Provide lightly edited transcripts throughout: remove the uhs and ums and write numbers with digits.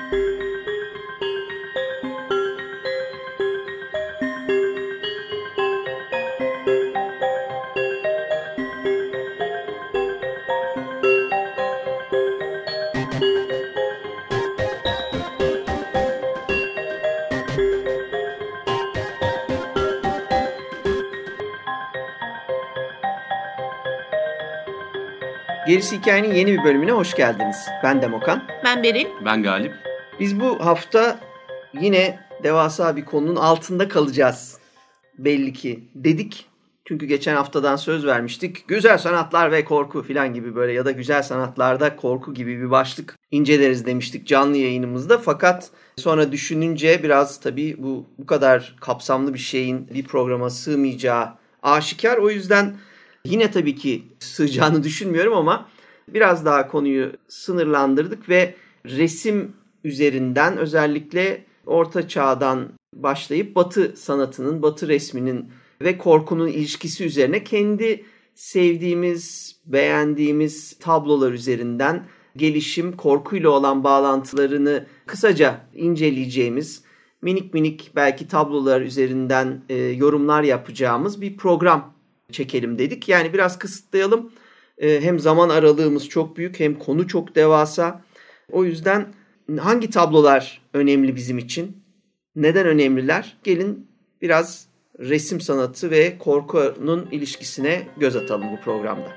Gerisi Hikayenin yeni bir bölümüne hoş geldiniz. Ben Demokan. Ben Beril. Ben Galip. Biz bu hafta yine devasa bir konunun altında kalacağız belli ki dedik. Çünkü geçen haftadan söz vermiştik. Güzel sanatlar ve korku falan gibi böyle ya da güzel sanatlarda korku gibi bir başlık inceleriz demiştik canlı yayınımızda. Fakat sonra düşününce biraz tabii bu kadar kapsamlı bir şeyin bir programa sığmayacağı aşikar. O yüzden yine tabii ki sığacağını düşünmüyorum ama biraz daha konuyu sınırlandırdık ve resim üzerinden özellikle Orta Çağ'dan başlayıp Batı sanatının, Batı resminin ve korkunun ilişkisi üzerine kendi sevdiğimiz, beğendiğimiz tablolar üzerinden gelişim, korkuyla olan bağlantılarını kısaca inceleyeceğimiz, minik minik belki tablolar üzerinden yorumlar yapacağımız bir program çekelim dedik. Yani biraz kısıtlayalım. Hem zaman aralığımız çok büyük hem konu çok devasa. O yüzden hangi tablolar önemli bizim için? Neden önemliler? Gelin biraz resim sanatı ve korkunun ilişkisine göz atalım bu programda.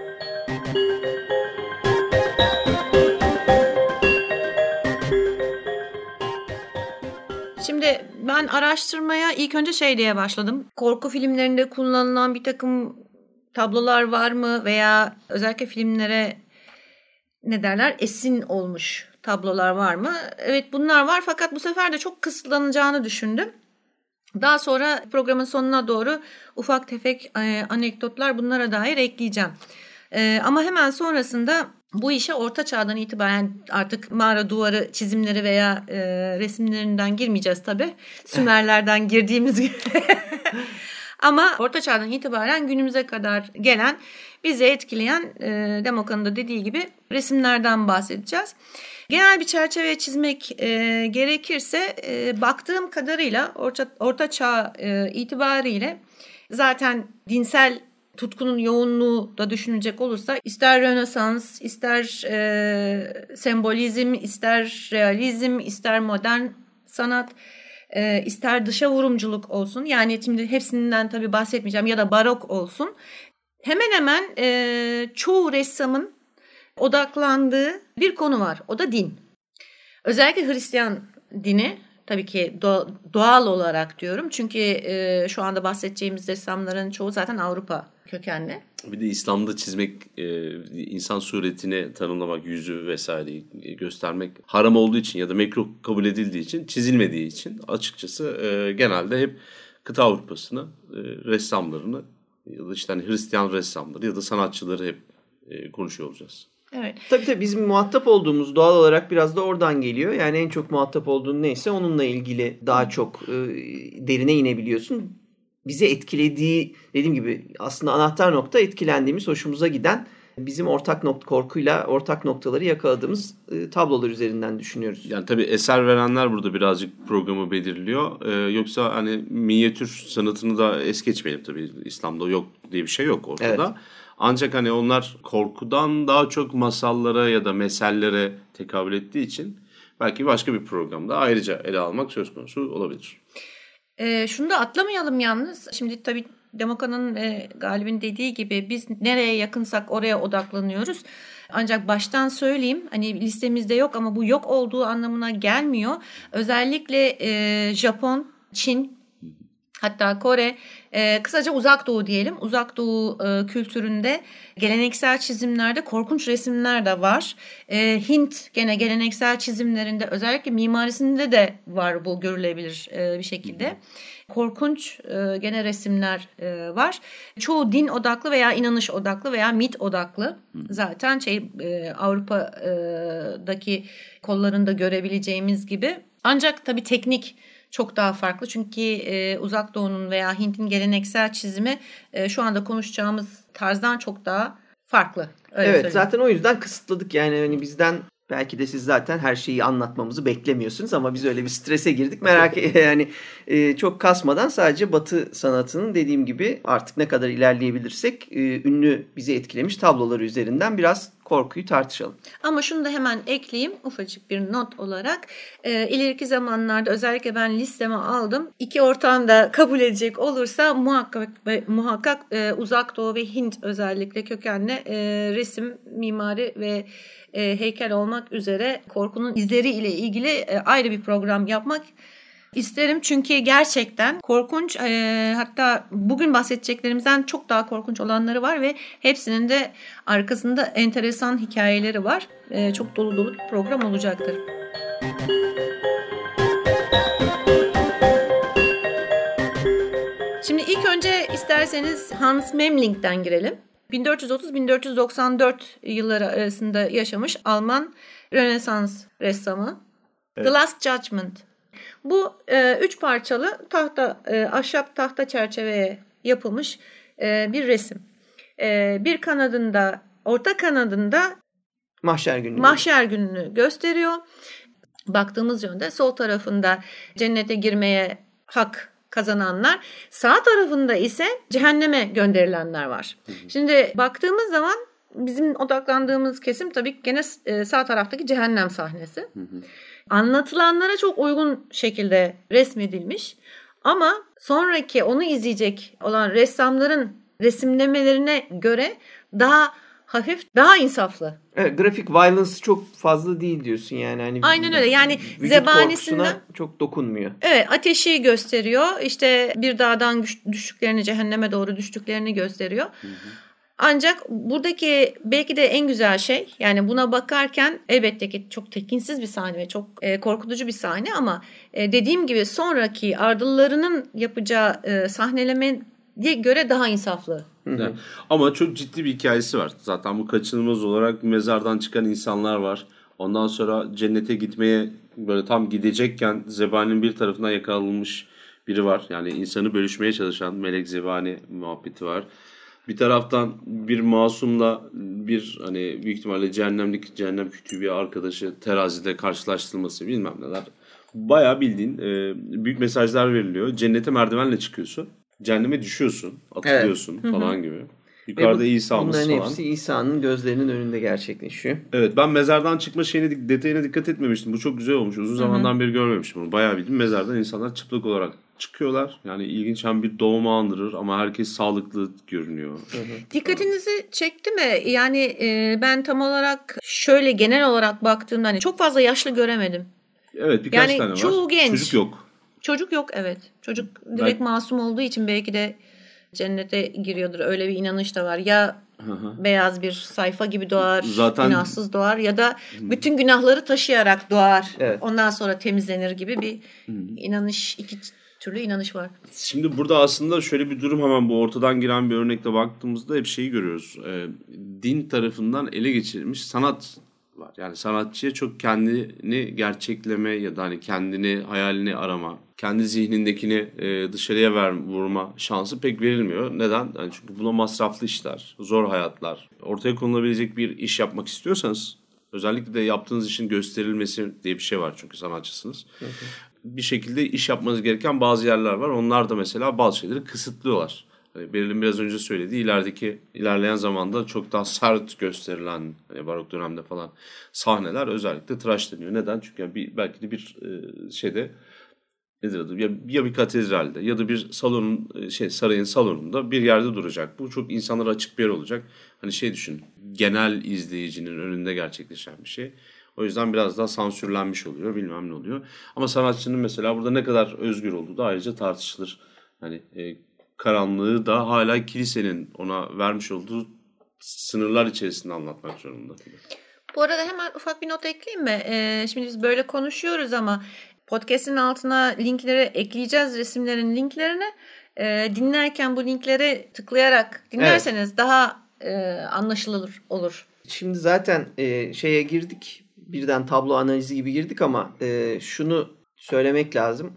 Şimdi ben araştırmaya ilk önce diye başladım. Korku filmlerinde kullanılan bir takım tablolar var mı veya özellikle filmlere esin olmuş tablolar var mı? Evet, bunlar var fakat bu sefer de çok kısıtlanacağını düşündüm. Daha sonra programın sonuna doğru ufak tefek anekdotlar bunlara dair ekleyeceğim. Ama hemen sonrasında bu işe Orta Çağ'dan itibaren artık mağara duvarı çizimleri veya resimlerinden girmeyeceğiz tabii. Sümerlerden girdiğimiz gibi. Ama Orta Çağ'dan itibaren günümüze kadar gelen, bizi etkileyen Demokan'ın da dediği gibi resimlerden bahsedeceğiz. Genel bir çerçeve çizmek gerekirse baktığım kadarıyla Orta Çağ itibariyle zaten dinsel tutkunun yoğunluğu da düşünecek olursa ister Rönesans, ister sembolizm, ister realizm, ister modern sanat, ister dışa vurumculuk olsun. Yani şimdi hepsinden tabii bahsetmeyeceğim ya da barok olsun. Hemen hemen çoğu ressamın odaklandığı bir konu var. O da din. Özellikle Hristiyan dini. Tabii ki doğal olarak diyorum. Çünkü şu anda bahsedeceğimiz ressamların çoğu zaten Avrupa kökenli. Bir de İslam'da çizmek, insan suretini tanımlamak, yüzü vesaireyi göstermek haram olduğu için ya da mekruh kabul edildiği için, çizilmediği için açıkçası genelde hep kıta Avrupa'sını, ressamlarını ya da işte Hristiyan ressamları ya da sanatçıları hep konuşuyor olacağız. Evet. Tabii bizim muhatap olduğumuz doğal olarak biraz da oradan geliyor. Yani en çok muhatap olduğun neyse onunla ilgili daha çok derine inebiliyorsun. Bizi etkilediği, dediğim gibi aslında anahtar nokta etkilendiğimiz, hoşumuza giden, bizim korkuyla ortak noktaları yakaladığımız tablolar üzerinden düşünüyoruz. Yani tabii eser verenler burada birazcık programı belirliyor. Yoksa hani minyatür sanatını da es geçmeyelim tabii. İslam'da yok diye bir şey yok ortada. Evet. Ancak hani onlar korkudan daha çok masallara ya da mesellere tekabül ettiği için belki başka bir programda ayrıca ele almak söz konusu olabilir. Şunu da atlamayalım yalnız. Şimdi tabii Demokan'ın ve Galip'in dediği gibi biz nereye yakınsak oraya odaklanıyoruz. Ancak baştan söyleyeyim, hani listemizde yok ama bu yok olduğu anlamına gelmiyor. Özellikle Japon, Çin, hatta Kore, kısaca Uzak Doğu diyelim. Uzak Doğu kültüründe geleneksel çizimlerde korkunç resimler de var. Hint gene geleneksel çizimlerinde, özellikle mimarisinde de var, bu görülebilir bir şekilde. Korkunç gene resimler var. Çoğu din odaklı veya inanış odaklı veya mit odaklı. Zaten Avrupa'daki kollarında görebileceğimiz gibi. Ancak tabii teknik çok daha farklı. Çünkü Uzak Doğu'nun veya Hint'in geleneksel çizimi şu anda konuşacağımız tarzdan çok daha farklı. Evet, zaten o yüzden kısıtladık. Yani hani bizden Belki de siz zaten her şeyi anlatmamızı beklemiyorsunuz ama biz öyle bir strese girdik. Yani çok kasmadan sadece Batı sanatının dediğim gibi artık ne kadar ilerleyebilirsek ünlü bizi etkilemiş tabloları üzerinden biraz korkuyu tartışalım. Ama şunu da hemen ekleyeyim ufacık bir not olarak. İleriki zamanlarda özellikle ben listeme aldım. 2 ortağım da kabul edecek olursa muhakkak Uzak Doğu ve Hint özellikle kökenli resim, mimari ve heykel olmak üzere korkunun izleri ile ilgili ayrı bir program yapmak isterim. Çünkü gerçekten korkunç, hatta bugün bahsedeceklerimizden çok daha korkunç olanları var ve hepsinin de arkasında enteresan hikayeleri var. Çok dolu dolu bir program olacaktır. Şimdi ilk önce isterseniz Hans Memling'den girelim. 1430-1494 yılları arasında yaşamış Alman Rönesans ressamı. Evet. The Last Judgment. Bu 3 parçalı ahşap tahta çerçeveye yapılmış bir resim. Bir kanadında, orta kanadında Mahşer gününü gösteriyor. Baktığımız yönde sol tarafında cennete girmeye hak kazananlar, sağ tarafında ise cehenneme gönderilenler var. Şimdi baktığımız zaman bizim odaklandığımız kesim tabii ki gene sağ taraftaki cehennem sahnesi. Anlatılanlara çok uygun şekilde resmedilmiş ama sonraki onu izleyecek olan ressamların resimlemelerine göre daha hafif, daha insaflı. Evet, grafik violence çok fazla değil diyorsun yani. Hani aynen öyle. Yani zebanisinden çok dokunmuyor. Evet, ateşi gösteriyor. İşte bir dağdan düştüklerini, cehenneme doğru düştüklerini gösteriyor. Ancak buradaki belki de en güzel şey, yani buna bakarken elbette ki çok tekinsiz bir sahne ve çok korkutucu bir sahne ama dediğim gibi sonraki ardıllarının yapacağı sahnelemeye göre daha insaflı. Yani, ama çok ciddi bir hikayesi var. Zaten bu kaçınılmaz olarak mezardan çıkan insanlar var. Ondan sonra cennete gitmeye böyle tam gidecekken zebaninin bir tarafından yakalanmış biri var. Yani insanı bölüşmeye çalışan melek zebani muhabbeti var. Bir taraftan bir masumla bir hani büyük ihtimalle cehennem kütüğü bir arkadaşı terazide karşılaştırılması bilmem neler. Bayağı bildiğin büyük mesajlar veriliyor. Cennete merdivenle çıkıyorsun. Cehenneme düşüyorsun, atılıyorsun falan gibi. Yukarıda İsa olması falan. Bunların hepsi İsa'nın gözlerinin önünde gerçekleşiyor. Evet, ben mezardan çıkma detayına dikkat etmemiştim. Bu çok güzel olmuş. Uzun zamandan beri görmemiştim bunu. Bayağı bildim. Mezardan insanlar çıplak olarak çıkıyorlar. Yani ilginç hem bir doğumu andırır ama herkes sağlıklı görünüyor. Dikkatinizi çekti mi? Yani ben tam olarak şöyle genel olarak baktığımda hani çok fazla yaşlı göremedim. Evet, birkaç tane var. Çoğu genç. Çocuk yok. Çocuk yok, evet. Çocuk direkt masum olduğu için belki de cennete giriyordur. Öyle bir inanış da var. Ya beyaz bir sayfa gibi doğar, günahsız doğar ya da bütün günahları taşıyarak doğar. Evet. Ondan sonra temizlenir gibi bir inanış, iki türlü inanış var. Şimdi burada aslında şöyle bir durum, hemen bu ortadan giren bir örnekle baktığımızda hep şeyi görüyoruz. Din tarafından ele geçirilmiş sanat var. Yani sanatçıya çok kendini gerçekleme ya da hani kendini, hayalini arama, kendi zihnindekini dışarıya vurma şansı pek verilmiyor. Neden? Yani çünkü buna masraflı işler, zor hayatlar. Ortaya konulabilecek bir iş yapmak istiyorsanız, özellikle de yaptığınız işin gösterilmesi diye bir şey var çünkü sanatçısınız. Bir şekilde iş yapmanız gereken bazı yerler var. Onlar da mesela bazı şeyleri kısıtlıyorlar. Beril'in biraz önce söylediği ilerleyen zamanda çok daha sert gösterilen barok dönemde falan sahneler özellikle tıraşlanıyor. Neden? Çünkü yani belki de bir şeyde nedir adı? Ya bir katedralde ya da bir sarayın salonunda bir yerde duracak. Bu çok insanlara açık bir yer olacak. Hani düşün, genel izleyicinin önünde gerçekleşen bir şey. O yüzden biraz daha sansürlenmiş oluyor, bilmem ne oluyor. Ama sanatçının mesela burada ne kadar özgür olduğu da ayrıca tartışılır. Hani karanlığı da hala kilisenin ona vermiş olduğu sınırlar içerisinde anlatmak zorunda. Bu arada hemen ufak bir not ekleyeyim mi? Şimdi biz böyle konuşuyoruz ama podcast'in altına linkleri ekleyeceğiz, resimlerin linklerini. Dinlerken bu linklere tıklayarak dinlerseniz daha anlaşılır olur. Şimdi zaten şeye girdik, birden tablo analizi gibi girdik ama şunu söylemek lazım.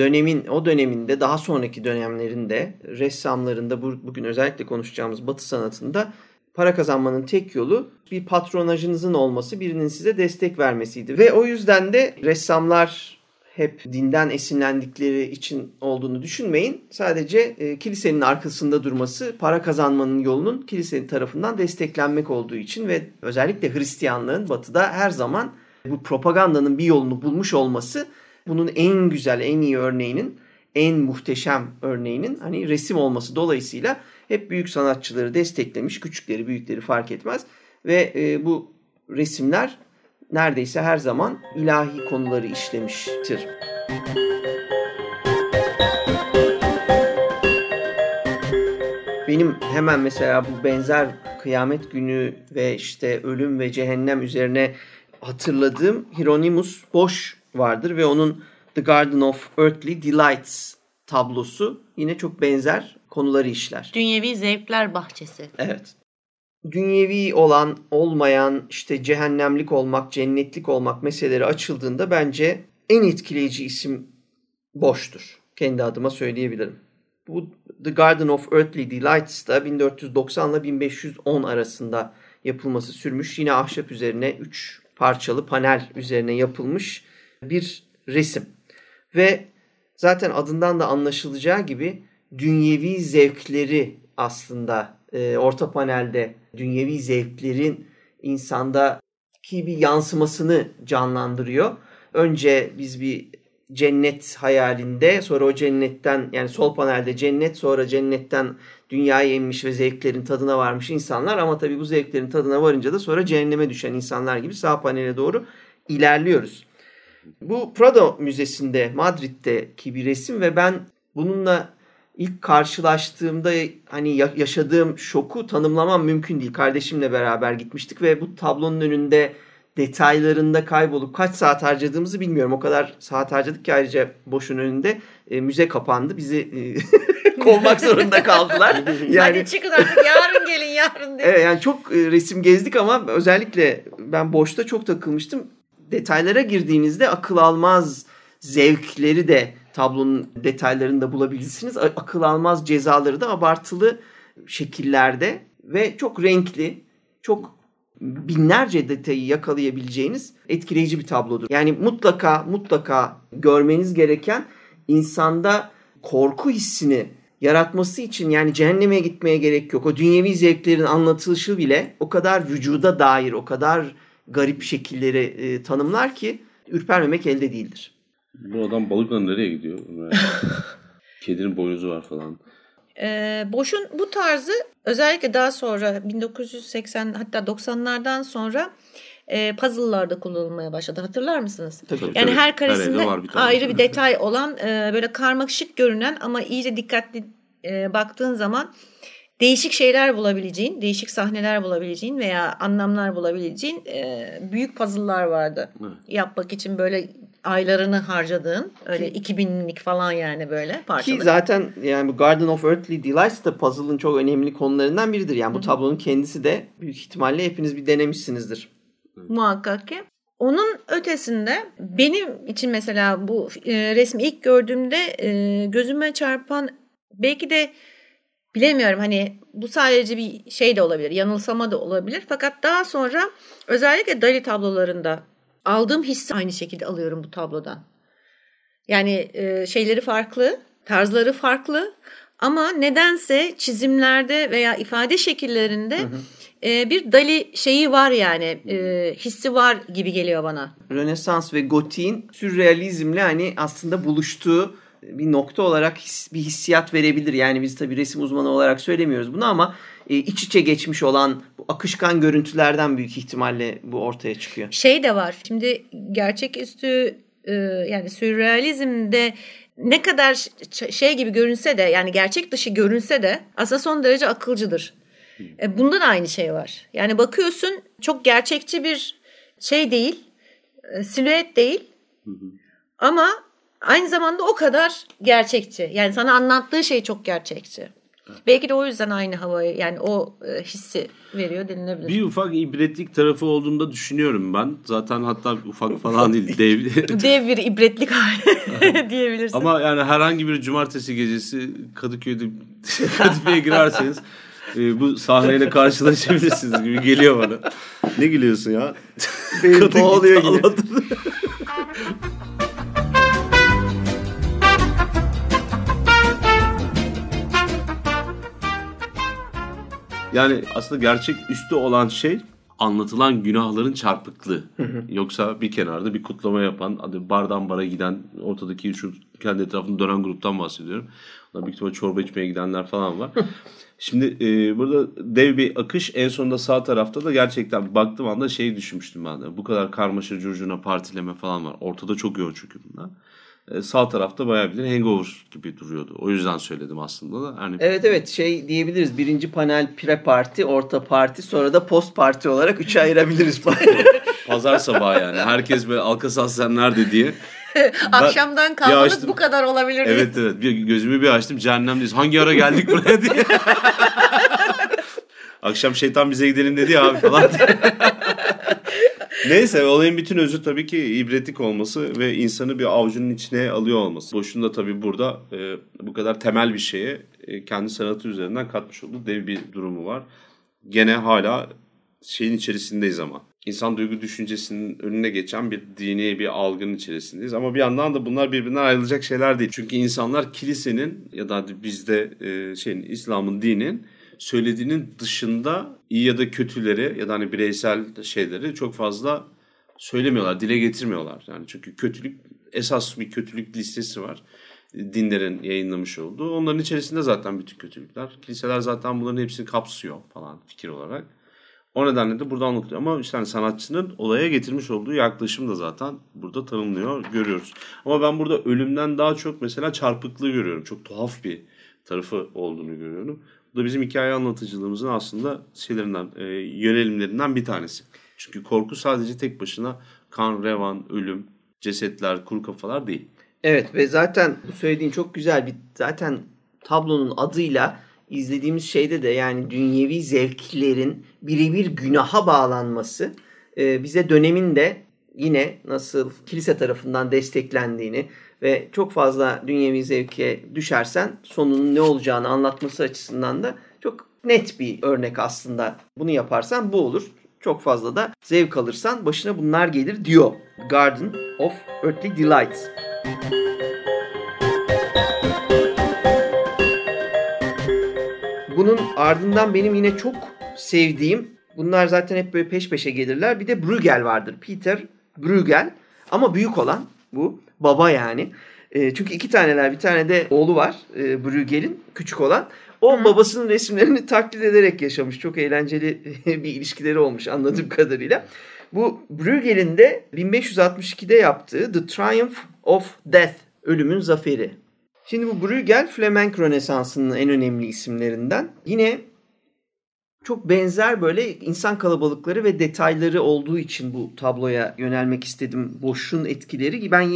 O döneminde, daha sonraki dönemlerinde ressamlarında bugün özellikle konuşacağımız Batı sanatında para kazanmanın tek yolu bir patronajınızın olması, birinin size destek vermesiydi. Ve o yüzden de ressamlar hep dinden esinlendikleri için olduğunu düşünmeyin. Sadece kilisenin arkasında durması, para kazanmanın yolunun kilisenin tarafından desteklenmek olduğu için ve özellikle Hristiyanlığın Batı'da her zaman bu propagandanın bir yolunu bulmuş olması, bunun en güzel, en iyi örneğinin, en muhteşem örneğinin hani resim olması dolayısıyla hep büyük sanatçıları desteklemiş, küçükleri, büyükleri fark etmez. Ve bu resimler neredeyse her zaman ilahi konuları işlemiştir. Benim hemen mesela bu benzer kıyamet günü ve işte ölüm ve cehennem üzerine hatırladığım Hieronymus Bosch vardır ve onun The Garden of Earthly Delights tablosu yine çok benzer konuları işler. Dünyevi zevkler bahçesi. Evet. Dünyevi olan, olmayan, işte cehennemlik olmak, cennetlik olmak meseleleri açıldığında bence en etkileyici isim Bosch'tur. Kendi adıma söyleyebilirim. Bu The Garden of Earthly Delights da 1490 ile 1510 arasında yapılması sürmüş. Yine ahşap üzerine 3 parçalı panel üzerine yapılmış bir resim. Ve zaten adından da anlaşılacağı gibi dünyevi zevkleri aslında orta panelde dünyevi zevklerin insandaki bir yansımasını canlandırıyor. Önce biz bir cennet hayalinde, sonra o cennetten, yani sol panelde cennet, sonra cennetten dünyaya inmiş ve zevklerin tadına varmış insanlar, ama tabii bu zevklerin tadına varınca da sonra cehenneme düşen insanlar gibi sağ panele doğru ilerliyoruz. Bu Prado Müzesi'nde, Madrid'deki bir resim ve ben bununla ilk karşılaştığımda hani yaşadığım şoku tanımlamam mümkün değil. Kardeşimle beraber gitmiştik ve bu tablonun önünde detaylarında kaybolup kaç saat harcadığımızı bilmiyorum. O kadar saat harcadık ki ayrıca Bosch'un önünde müze kapandı. Bizi kovmak zorunda kaldılar. Yani, hadi çıkın artık, yarın gelin, yarın diye. Evet, yani çok resim gezdik ama özellikle ben Bosch'ta çok takılmıştım. Detaylara girdiğinizde akıl almaz zevkleri de tablonun detaylarında bulabilirsiniz. Akıl almaz cezaları da abartılı şekillerde ve çok renkli, çok binlerce detayı yakalayabileceğiniz etkileyici bir tablodur. Yani mutlaka görmeniz gereken, insanda korku hissini yaratması için yani cehenneme gitmeye gerek yok. O dünyevi zevklerin anlatılışı bile o kadar vücuda dair, o kadar garip şekilleri tanımlar ki ürpermemek elde değildir. Bu adam balıkla nereye gidiyor? Kedinin boynuzu var falan. Bosch'un bu tarzı özellikle daha sonra 1980 hatta 90'lardan sonra puzzle'larda kullanılmaya başladı. Hatırlar mısınız? Tabii. Her karesinde ayrı bir detay olan, böyle karmaşık görünen ama iyice dikkatli baktığın zaman değişik şeyler bulabileceğin, değişik sahneler bulabileceğin veya anlamlar bulabileceğin büyük puzzle'lar vardı. Evet. Yapmak için böyle aylarını harcadığın, öyle 2000'lik falan yani böyle parçalar. Ki zaten yani bu Garden of Earthly Delights da puzzle'ın çok önemli konularından biridir. Yani bu tablonun kendisi de büyük ihtimalle hepiniz bir denemişsinizdir. Muhakkak ki. Onun ötesinde benim için mesela bu resmi ilk gördüğümde gözüme çarpan, belki de bilemiyorum, hani bu sadece bir şey de olabilir, yanılsama da olabilir. Fakat daha sonra özellikle Dali tablolarında aldığım hissi aynı şekilde alıyorum bu tablodan. Yani şeyleri farklı, tarzları farklı ama nedense çizimlerde veya ifade şekillerinde bir Dali şeyi var yani, hissi var gibi geliyor bana. Rönesans ve Gotik'in sürrealizmle hani aslında buluştuğu bir nokta olarak bir hissiyat verebilir. Yani biz tabii resim uzmanı olarak söylemiyoruz bunu ama iç içe geçmiş olan bu akışkan görüntülerden büyük ihtimalle bu ortaya çıkıyor. Şey de var. Şimdi gerçeküstü yani sürrealizmde ne kadar şey gibi görünse de, yani gerçek dışı görünse de aslında son derece akılcıdır. Bunda da aynı şey var. Yani bakıyorsun, çok gerçekçi bir şey değil, silüet değil ama aynı zamanda o kadar gerçekçi. Yani sana anlattığı şey çok gerçekçi. Evet. Belki de o yüzden aynı havayı, yani o hissi veriyor denilebilir. Bir ufak ibretlik tarafı olduğunu da düşünüyorum ben. Zaten hatta ufak falan değil. Dev bir ibretlik hali diyebilirsin. Ama yani herhangi bir cumartesi gecesi Kadıköy'e girerseniz bu sahneyle karşılaşabilirsiniz gibi geliyor bana. Ne gülüyorsun ya? Benim boğuluyor yine. Yani aslında gerçek üstü olan şey anlatılan günahların çarpıklığı. Yoksa bir kenarda bir kutlama yapan, hadi bardan bara giden, ortadaki şu kendi etrafında dönen gruptan bahsediyorum. Büyük ihtimalle çorba içmeye gidenler falan var. Şimdi burada dev bir akış, en sonunda sağ tarafta da gerçekten baktığım anda şeyi düşünmüştüm ben de. Bu kadar karmaşa curcuna partileme falan var. Ortada çok yoğun çünkü bunlar. Sağ tarafta bayağı bir hangover gibi duruyordu. O yüzden söyledim aslında da. Hani... Evet şey diyebiliriz. Birinci panel pre parti, orta parti, sonra da post parti olarak 3'e ayırabiliriz. Pazar sabahı yani. Herkes böyle Alkasas sen nerede diye. Akşamdan kalmanız bu kadar olabilir diye. Evet. Gözümü bir açtım. Cehennemdeyiz. Hangi ara geldik buraya diye. Akşam şeytan bize gidelim dedi ya abi falan diye. Neyse, olayın bütün özü tabii ki ibretlik olması ve insanı bir avucunun içine alıyor olması. Boşuna tabii burada bu kadar temel bir şeye kendi sanatı üzerinden katmış olduğu dev bir durumu var. Gene hala şeyin içerisindeyiz ama. İnsan duygu düşüncesinin önüne geçen bir dini bir algının içerisindeyiz. Ama bir yandan da bunlar birbirinden ayrılacak şeyler değil. Çünkü insanlar kilisenin ya da bizde İslam'ın, dinin söylediğinin dışında iyi ya da kötüleri ya da hani bireysel şeyleri çok fazla söylemiyorlar, dile getirmiyorlar. Yani çünkü kötülük, esas bir kötülük listesi var. Dinlerin yayınlamış olduğu. Onların içerisinde zaten bütün kötülükler. Kiliseler zaten bunların hepsini kapsıyor falan fikir olarak. O nedenle de burada anlatılıyor. Ama işte hani sanatçının olaya getirmiş olduğu yaklaşım da zaten burada tanımlıyor, görüyoruz. Ama ben burada ölümden daha çok mesela çarpıklığı görüyorum. Çok tuhaf bir tarafı olduğunu görüyorum. Bu da bizim hikaye anlatıcılığımızın aslında yönelimlerinden bir tanesi. Çünkü korku sadece tek başına kan, revan, ölüm, cesetler, kuru kafalar değil. Evet ve zaten bu söylediğin çok güzel. Zaten tablonun adıyla izlediğimiz şeyde de yani dünyevi zevklerin birebir günaha bağlanması bize dönemin de yine nasıl kilise tarafından desteklendiğini ve çok fazla dünyevi zevke düşersen sonunun ne olacağını anlatması açısından da çok net bir örnek aslında. Bunu yaparsan bu olur. Çok fazla da zevk alırsan başına bunlar gelir diyor. Garden of Earthly Delights. Bunun ardından benim yine çok sevdiğim, bunlar zaten hep böyle peş peşe gelirler. Bir de Bruegel vardır. Peter Bruegel. Ama büyük olan bu. Baba yani. Çünkü iki taneler, bir tane de oğlu var Bruegel'in, küçük olan. O babasının resimlerini taklit ederek yaşamış. Çok eğlenceli bir ilişkileri olmuş anladığım kadarıyla. Bu Bruegel'in de 1562'de yaptığı The Triumph of Death, Ölümün Zaferi. Şimdi bu Bruegel, Flemenk Rönesansı'nın en önemli isimlerinden. Yine çok benzer böyle insan kalabalıkları ve detayları olduğu için bu tabloya yönelmek istedim. Boşluğun etkileri. Ben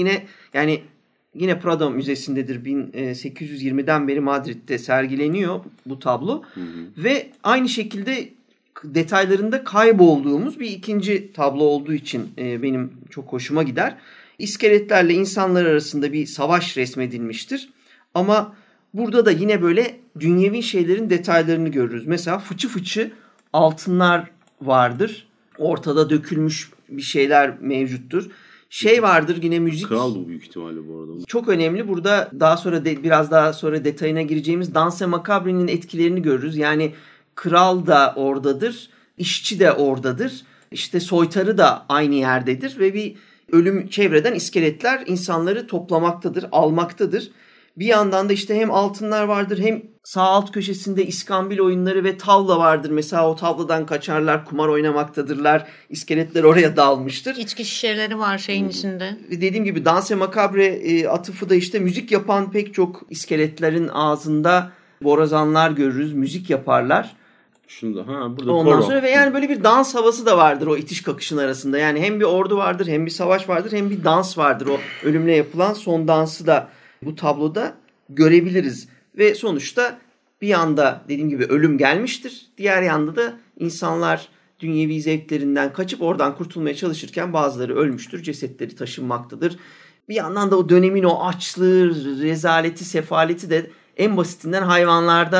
yine Prado Müzesi'ndedir. 1820'den beri Madrid'de sergileniyor bu tablo. Ve aynı şekilde detaylarında kaybolduğumuz bir ikinci tablo olduğu için benim çok hoşuma gider. İskeletlerle insanlar arasında bir savaş resmedilmiştir. Ama burada da yine böyle dünyevi şeylerin detaylarını görürüz. Mesela fıçı fıçı altınlar vardır. Ortada dökülmüş bir şeyler mevcuttur. Vardır yine müzik. Kral bu büyük ihtimalle bu arada. Çok önemli. Burada daha sonra biraz daha sonra detayına gireceğimiz Danse Macabre'nin etkilerini görürüz. Yani kral da oradadır, işçi de oradadır. İşte soytarı da aynı yerdedir ve bir ölüm çevreden iskeletler insanları toplamaktadır, almaktadır. Bir yandan da işte hem altınlar vardır hem sağ alt köşesinde iskambil oyunları ve tavla vardır. Mesela o tavladan kaçarlar, kumar oynamaktadırlar. İskeletler oraya dalmıştır. İçki şişeleri var şeyin içinde. Dediğim gibi Danse Macabre atıfı da işte müzik yapan pek çok iskeletlerin ağzında borazanlar görürüz. Müzik yaparlar. Burada ondan sonra ve yani böyle bir dans havası da vardır o itiş kakışın arasında. Yani hem bir ordu vardır, hem bir savaş vardır, hem bir dans vardır. O ölümle yapılan son dansı da bu tabloda görebiliriz. Ve sonuçta bir yanda dediğim gibi ölüm gelmiştir. Diğer yanda da insanlar dünyevi zevklerinden kaçıp oradan kurtulmaya çalışırken bazıları ölmüştür. Cesetleri taşınmaktadır. Bir yandan da o dönemin o açlığı, rezaleti, sefaleti de en basitinden hayvanlarda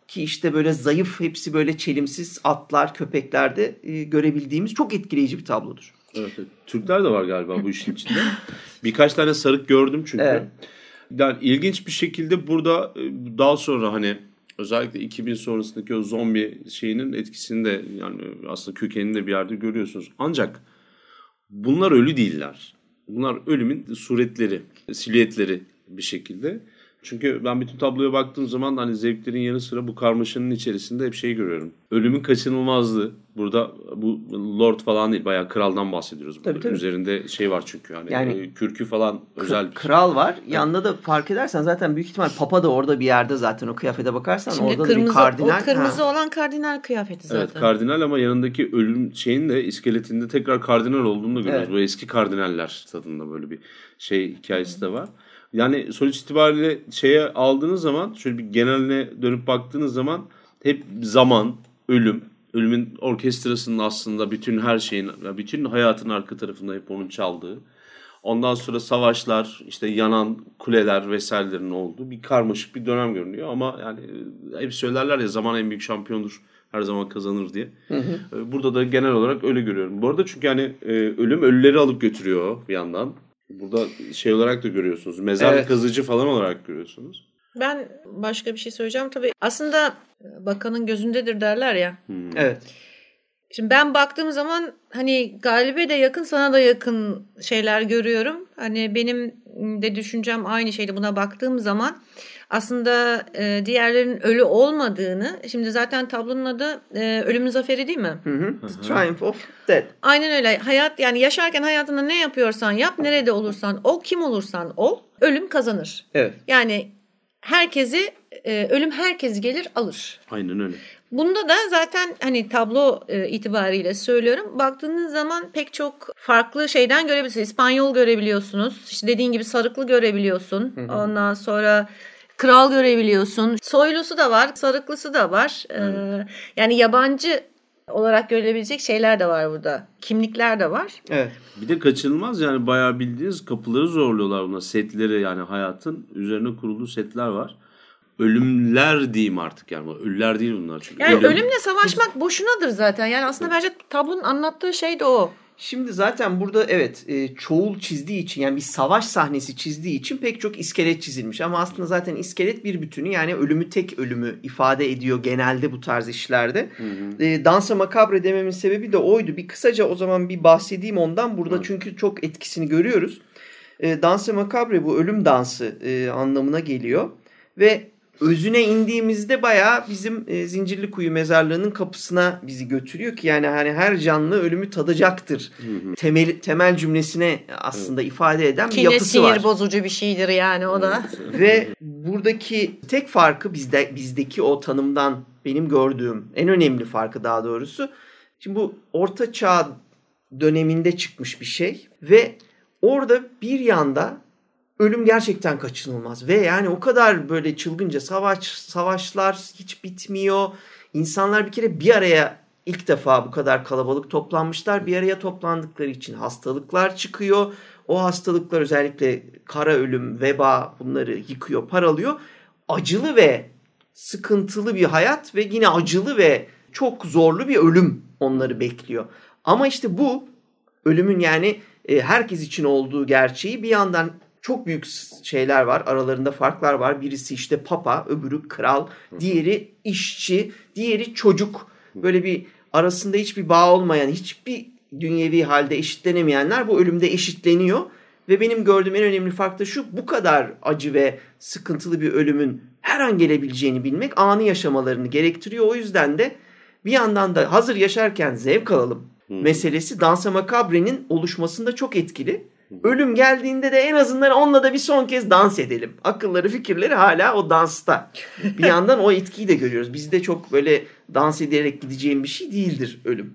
ki işte böyle zayıf, hepsi böyle çelimsiz atlar, köpeklerde görebildiğimiz çok etkileyici bir tablodur. Evet. Türkler de var galiba bu işin içinde. Birkaç tane sarık gördüm çünkü. Evet. Yani ilginç bir şekilde burada daha sonra hani özellikle 2000 sonrasındaki o zombi şeyinin etkisini de yani aslında kökenini de bir yerde görüyorsunuz. Ancak bunlar ölü değiller. Bunlar ölümün suretleri, silüetleri bir şekilde. Çünkü ben bütün tabloya baktığım zaman hani zevklerin yanı sıra bu karmaşanın içerisinde hep şey görüyorum. Ölümün kaçınılmazlığı. Burada bu lord falan değil, bayağı kraldan bahsediyoruz. Tabii. Üzerinde şey var çünkü yani kürkü falan özel. Kral var. Evet. Yanında da fark edersen zaten büyük ihtimal papa da orada bir yerde zaten, o kıyafete bakarsan. Şimdi orada da bir kardinal. O kırmızı olan kardinal kıyafeti zaten. Evet, kardinal ama yanındaki ölüm şeyin de iskeletinde tekrar kardinal olduğunu da görüyoruz. Evet. Bu eski kardinaller tadında böyle bir şey hikayesi de var. Yani sonuç itibariyle şeye aldığınız zaman, şöyle bir geneline dönüp baktığınız zaman hep zaman, ölümün orkestrasının aslında bütün her şeyin, bütün hayatın arka tarafında hep onun çaldığı. Ondan sonra savaşlar, işte yanan kuleler vesairelerin olduğu bir karmaşık bir dönem görünüyor. Ama yani hep söylerler ya, zaman en büyük şampiyondur, her zaman kazanır diye. Burada da genel olarak öyle görüyorum. Bu arada çünkü yani ölüm ölüleri alıp götürüyor bir yandan. Burada şey olarak da görüyorsunuz. Mezar kazıcı falan olarak görüyorsunuz. Ben başka bir şey söyleyeceğim. Tabii aslında bakanın gözündedir derler ya. Evet. Şimdi ben baktığım zaman hani Galip'e de yakın, sana da yakın şeyler görüyorum. Hani benim de düşüncem aynı şeydi buna baktığım zaman. Aslında diğerlerinin ölü olmadığını, şimdi zaten tablonun adı Ölümün Zaferi değil mi? The Triumph of Death. Aynen öyle. Hayat, yani yaşarken hayatında ne yapıyorsan yap, nerede olursan ol, kim olursan ol, ölüm kazanır. Evet. Yani ölüm herkesi gelir alır. Aynen öyle. Bunda da zaten hani tablo itibariyle söylüyorum. Baktığınız zaman pek çok farklı şeyden görebilirsiniz. İspanyol görebiliyorsunuz. İşte dediğin gibi sarıklı görebiliyorsun. Ondan sonra kral görebiliyorsun. Soylusu da var, sarıklısı da var. Yani yabancı olarak görülebilecek şeyler de var burada. Kimlikler de var. Evet. Bir de kaçınılmaz yani, bayağı bildiğiniz kapıları zorluyorlar buna. Setleri, yani hayatın üzerine kurulduğu setler var. Ölümler diyeyim artık yani. Ölüler değil bunlar çünkü. Yani ölümle savaşmak boşunadır zaten. Yani aslında bence tablonun anlattığı şey de o. Şimdi zaten burada çoğul çizdiği için, yani bir savaş sahnesi çizdiği için pek çok iskelet çizilmiş. Ama aslında zaten iskelet bir bütünü, yani ölümü, tek ölümü ifade ediyor genelde bu tarz işlerde. Danse Macabre dememin sebebi de oydu. Bir kısaca o zaman bir bahsedeyim ondan burada, çünkü çok etkisini görüyoruz. Danse Macabre bu ölüm dansı anlamına geliyor ve özüne indiğimizde bayağı bizim Zincirlikuyu mezarlığının kapısına bizi götürüyor ki yani hani her canlı ölümü tadacaktır. Temel cümlesine aslında ifade eden bir yapısı var. Sinir bozucu bir şeydir yani o da. Ve buradaki tek farkı bizdeki o tanımdan benim gördüğüm en önemli farkı daha doğrusu. Şimdi bu Orta Çağ döneminde çıkmış bir şey ve orada bir yanda ölüm gerçekten kaçınılmaz ve yani o kadar böyle çılgınca savaşlar hiç bitmiyor. İnsanlar bir kere bir araya ilk defa bu kadar kalabalık toplanmışlar. Bir araya toplandıkları için hastalıklar çıkıyor. O hastalıklar özellikle kara ölüm, veba bunları yıkıyor, paralıyor. Acılı ve sıkıntılı bir hayat ve yine acılı ve çok zorlu bir ölüm onları bekliyor. Ama işte bu ölümün yani herkes için olduğu gerçeği bir yandan çok büyük şeyler var. Aralarında farklar var. Birisi işte papa, öbürü kral, diğeri işçi, diğeri çocuk. Böyle bir arasında hiçbir bağ olmayan, hiçbir dünyevi halde eşitlenemeyenler bu ölümde eşitleniyor. Ve benim gördüğüm en önemli fark da şu: bu kadar acı ve sıkıntılı bir ölümün her an gelebileceğini bilmek anı yaşamalarını gerektiriyor. O yüzden de bir yandan da hazır yaşarken zevk alalım meselesi Danse Macabre'nin oluşmasında çok etkili. Ölüm geldiğinde de en azından onunla da bir son kez dans edelim. Akılları, fikirleri hala o dansta. Bir yandan o etkiyi de görüyoruz. Bizde çok böyle dans ederek gideceğim bir şey değildir ölüm.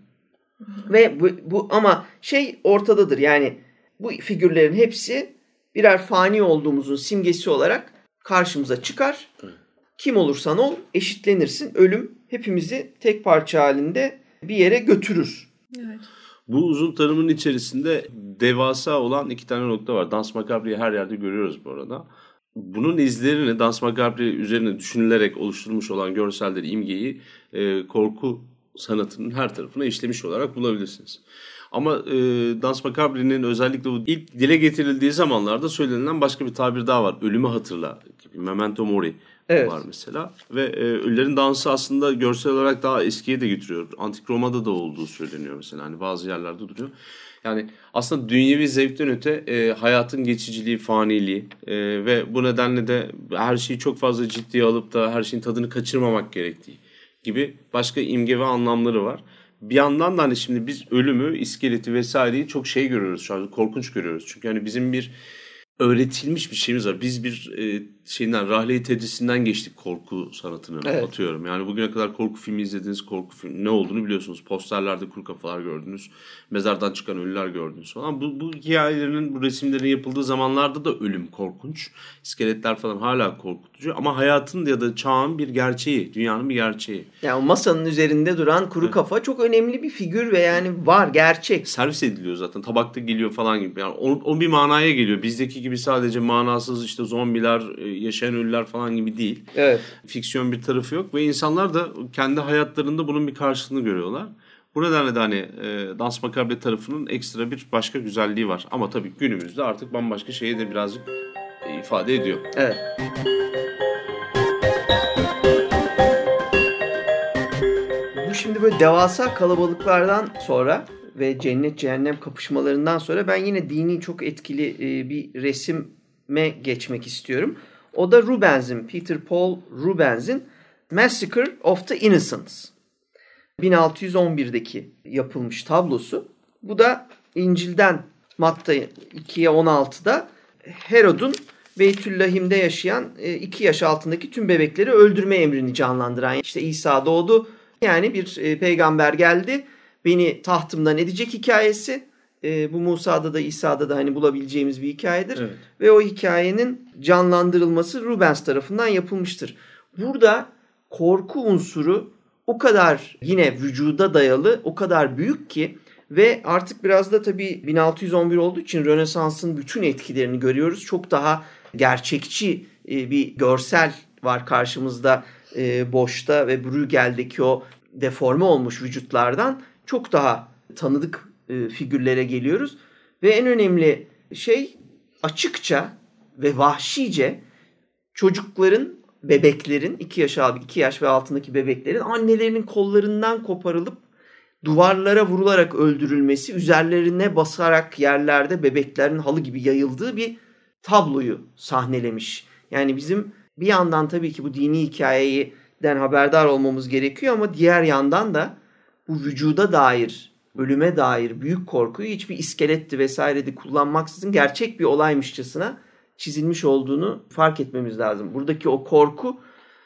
Ve bu ama şey ortadadır. Yani bu figürlerin hepsi birer fani olduğumuzun simgesi olarak karşımıza çıkar. Kim olursan ol eşitlenirsin. Ölüm hepimizi tek parça halinde bir yere götürür. Evet. Bu uzun tanımın içerisinde devasa olan 2 tane nokta var. Danse Macabre'yi her yerde görüyoruz bu arada. bunun izlerini Danse Macabre üzerine düşünülerek oluşturmuş olan görselleri, imgeyi korku sanatının her tarafına işlemiş olarak bulabilirsiniz. Ama Danse Macabre'nin özellikle bu ilk dile getirildiği zamanlarda söylenilen başka bir tabir daha var. Ölümü hatırla gibi. Memento Mori var mesela. Ve ölülerin dansı aslında görsel olarak daha eskiye de götürüyor. Antik Roma'da da olduğu söyleniyor mesela. Hani bazı yerlerde duruyor. Yani aslında dünyevi zevkten öte hayatın geçiciliği, faniliği ve bu nedenle de her şeyi çok fazla ciddiye alıp da her şeyin tadını kaçırmamak gerektiği gibi başka imge ve anlamları var. Bir yandan da hani şimdi biz ölümü, iskeleti vesaireyi çok şey görüyoruz şu an, korkunç görüyoruz. Çünkü hani bizim bir öğretilmiş bir şeyimiz var. Biz bir rahle-i tedrisinden geçtik korku sanatının, atıyorum. Yani bugüne kadar korku filmi izlediniz, korku filmi ne olduğunu biliyorsunuz. Posterlerde kuru kafalar gördünüz, mezardan çıkan ölüler gördünüz falan. Bu hikayelerin, bu resimlerin yapıldığı zamanlarda da ölüm korkunç. İskeletler falan hala korkutucu ama hayatın ya da çağın bir gerçeği, dünyanın bir gerçeği. Yani masanın üzerinde duran kuru kafa çok önemli bir figür ve yani var, gerçek. Servis ediliyor zaten, tabakta geliyor falan gibi. Yani o bir manaya geliyor. Bizdeki gibi sadece manasız işte zombiler, yaşayan ölüler falan gibi değil. Evet. Fiksiyon bir tarafı yok ve insanlar da kendi hayatlarında bunun bir karşılığını görüyorlar. Bu nedenle de hani Danse Macabre tarafının ekstra bir başka güzelliği var. Ama tabii günümüzde artık bambaşka şeyi de birazcık ifade ediyor. Evet. Bu şimdi böyle devasa kalabalıklardan sonra ve cennet cehennem kapışmalarından sonra ben yine dini çok etkili bir resime geçmek istiyorum. O da Rubens'in, Peter Paul Rubens'in Massacre of the Innocents. 1611'deki yapılmış tablosu. Bu da İncil'den Matta 2'ye 16'da Herod'un Beytüllahim'de yaşayan 2 yaş altındaki tüm bebekleri öldürme emrini canlandıran. İşte İsa doğdu. Yani bir peygamber geldi. Beni tahtımdan edecek hikayesi. Bu Musa'da da İsa'da da hani bulabileceğimiz bir hikayedir. Evet. Ve o hikayenin canlandırılması Rubens tarafından yapılmıştır. Burada korku unsuru o kadar yine vücuda dayalı, o kadar büyük ki ve artık biraz da tabii 1611 olduğu için Rönesans'ın bütün etkilerini görüyoruz. Çok daha gerçekçi bir görsel var karşımızda Bosch'ta ve Bruegel'deki o deforme olmuş vücutlardan çok daha tanıdık figürlere geliyoruz. Ve en önemli şey açıkça ve vahşice çocukların, bebeklerin 2 yaş ve altındaki bebeklerin annelerinin kollarından koparılıp duvarlara vurularak öldürülmesi, üzerlerine basarak yerlerde bebeklerin halı gibi yayıldığı bir tabloyu sahnelemiş. Yani bizim bir yandan tabii ki bu dini hikayeden haberdar olmamız gerekiyor ama diğer yandan da bu vücuda dair, ölüme dair büyük korkuyu hiçbir iskeletti vesairede kullanmaksızın gerçek bir olaymışçasına çizilmiş olduğunu fark etmemiz lazım. Buradaki o korku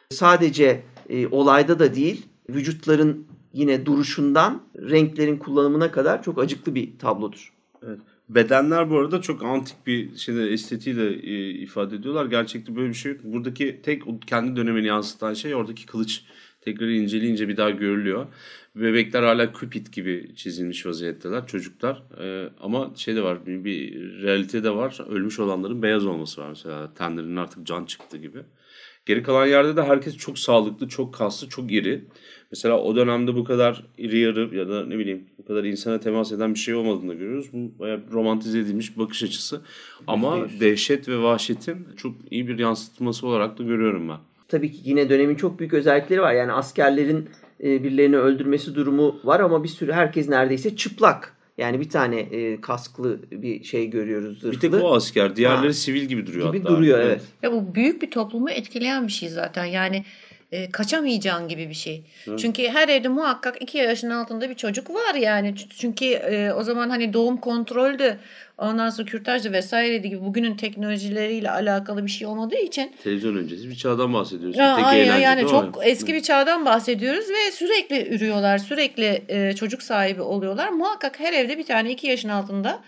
sadece olayda da değil, vücutların yine duruşundan renklerin kullanımına kadar çok acıklı bir tablodur. Evet. Bedenler bu arada çok antik bir estetiğiyle ifade ediyorlar. Gerçekte böyle bir şey yok. Buradaki tek kendi dönemini yansıtan şey oradaki kılıç. Tekrar inceleyince bir daha görülüyor. Bebekler hala Cupid gibi çizilmiş vaziyetteler, çocuklar. Ama de var, bir realite de var. Ölmüş olanların beyaz olması var mesela. Tenlerinin artık can çıktı gibi. Geri kalan yerde de herkes çok sağlıklı, çok kaslı, çok iri. Mesela o dönemde bu kadar iri yarı ya da ne bileyim bu kadar insana temas eden bir şey olmadığını görüyoruz. Bu bayağı romantize edilmiş bir bakış açısı. Ama dehşet ve vahşetin çok iyi bir yansıtması olarak da görüyorum ben. Tabii ki yine dönemin çok büyük özellikleri var. Yani askerlerin birilerini öldürmesi durumu var ama bir sürü herkes neredeyse çıplak. Yani bir tane kasklı bir şey görüyoruz. Zırhlı. Bir tek o asker. Diğerleri sivil gibi duruyor gibi hatta. Duruyor evet. Ya bu büyük bir toplumu etkileyen bir şey zaten. Yani kaçamayacağın gibi bir şey. Hı. Çünkü her evde muhakkak 2 yaşın altında bir çocuk var yani. Çünkü o zaman hani doğum kontroldü, ondan sonra kürtajdı vesaire gibi bugünün teknolojileriyle alakalı bir şey olmadığı için. Televizyon öncesi bir çağdan bahsediyoruz. Yani çok eski bir çağdan bahsediyoruz ve sürekli ürüyorlar, sürekli çocuk sahibi oluyorlar. Muhakkak her evde bir tane 2 yaşın altında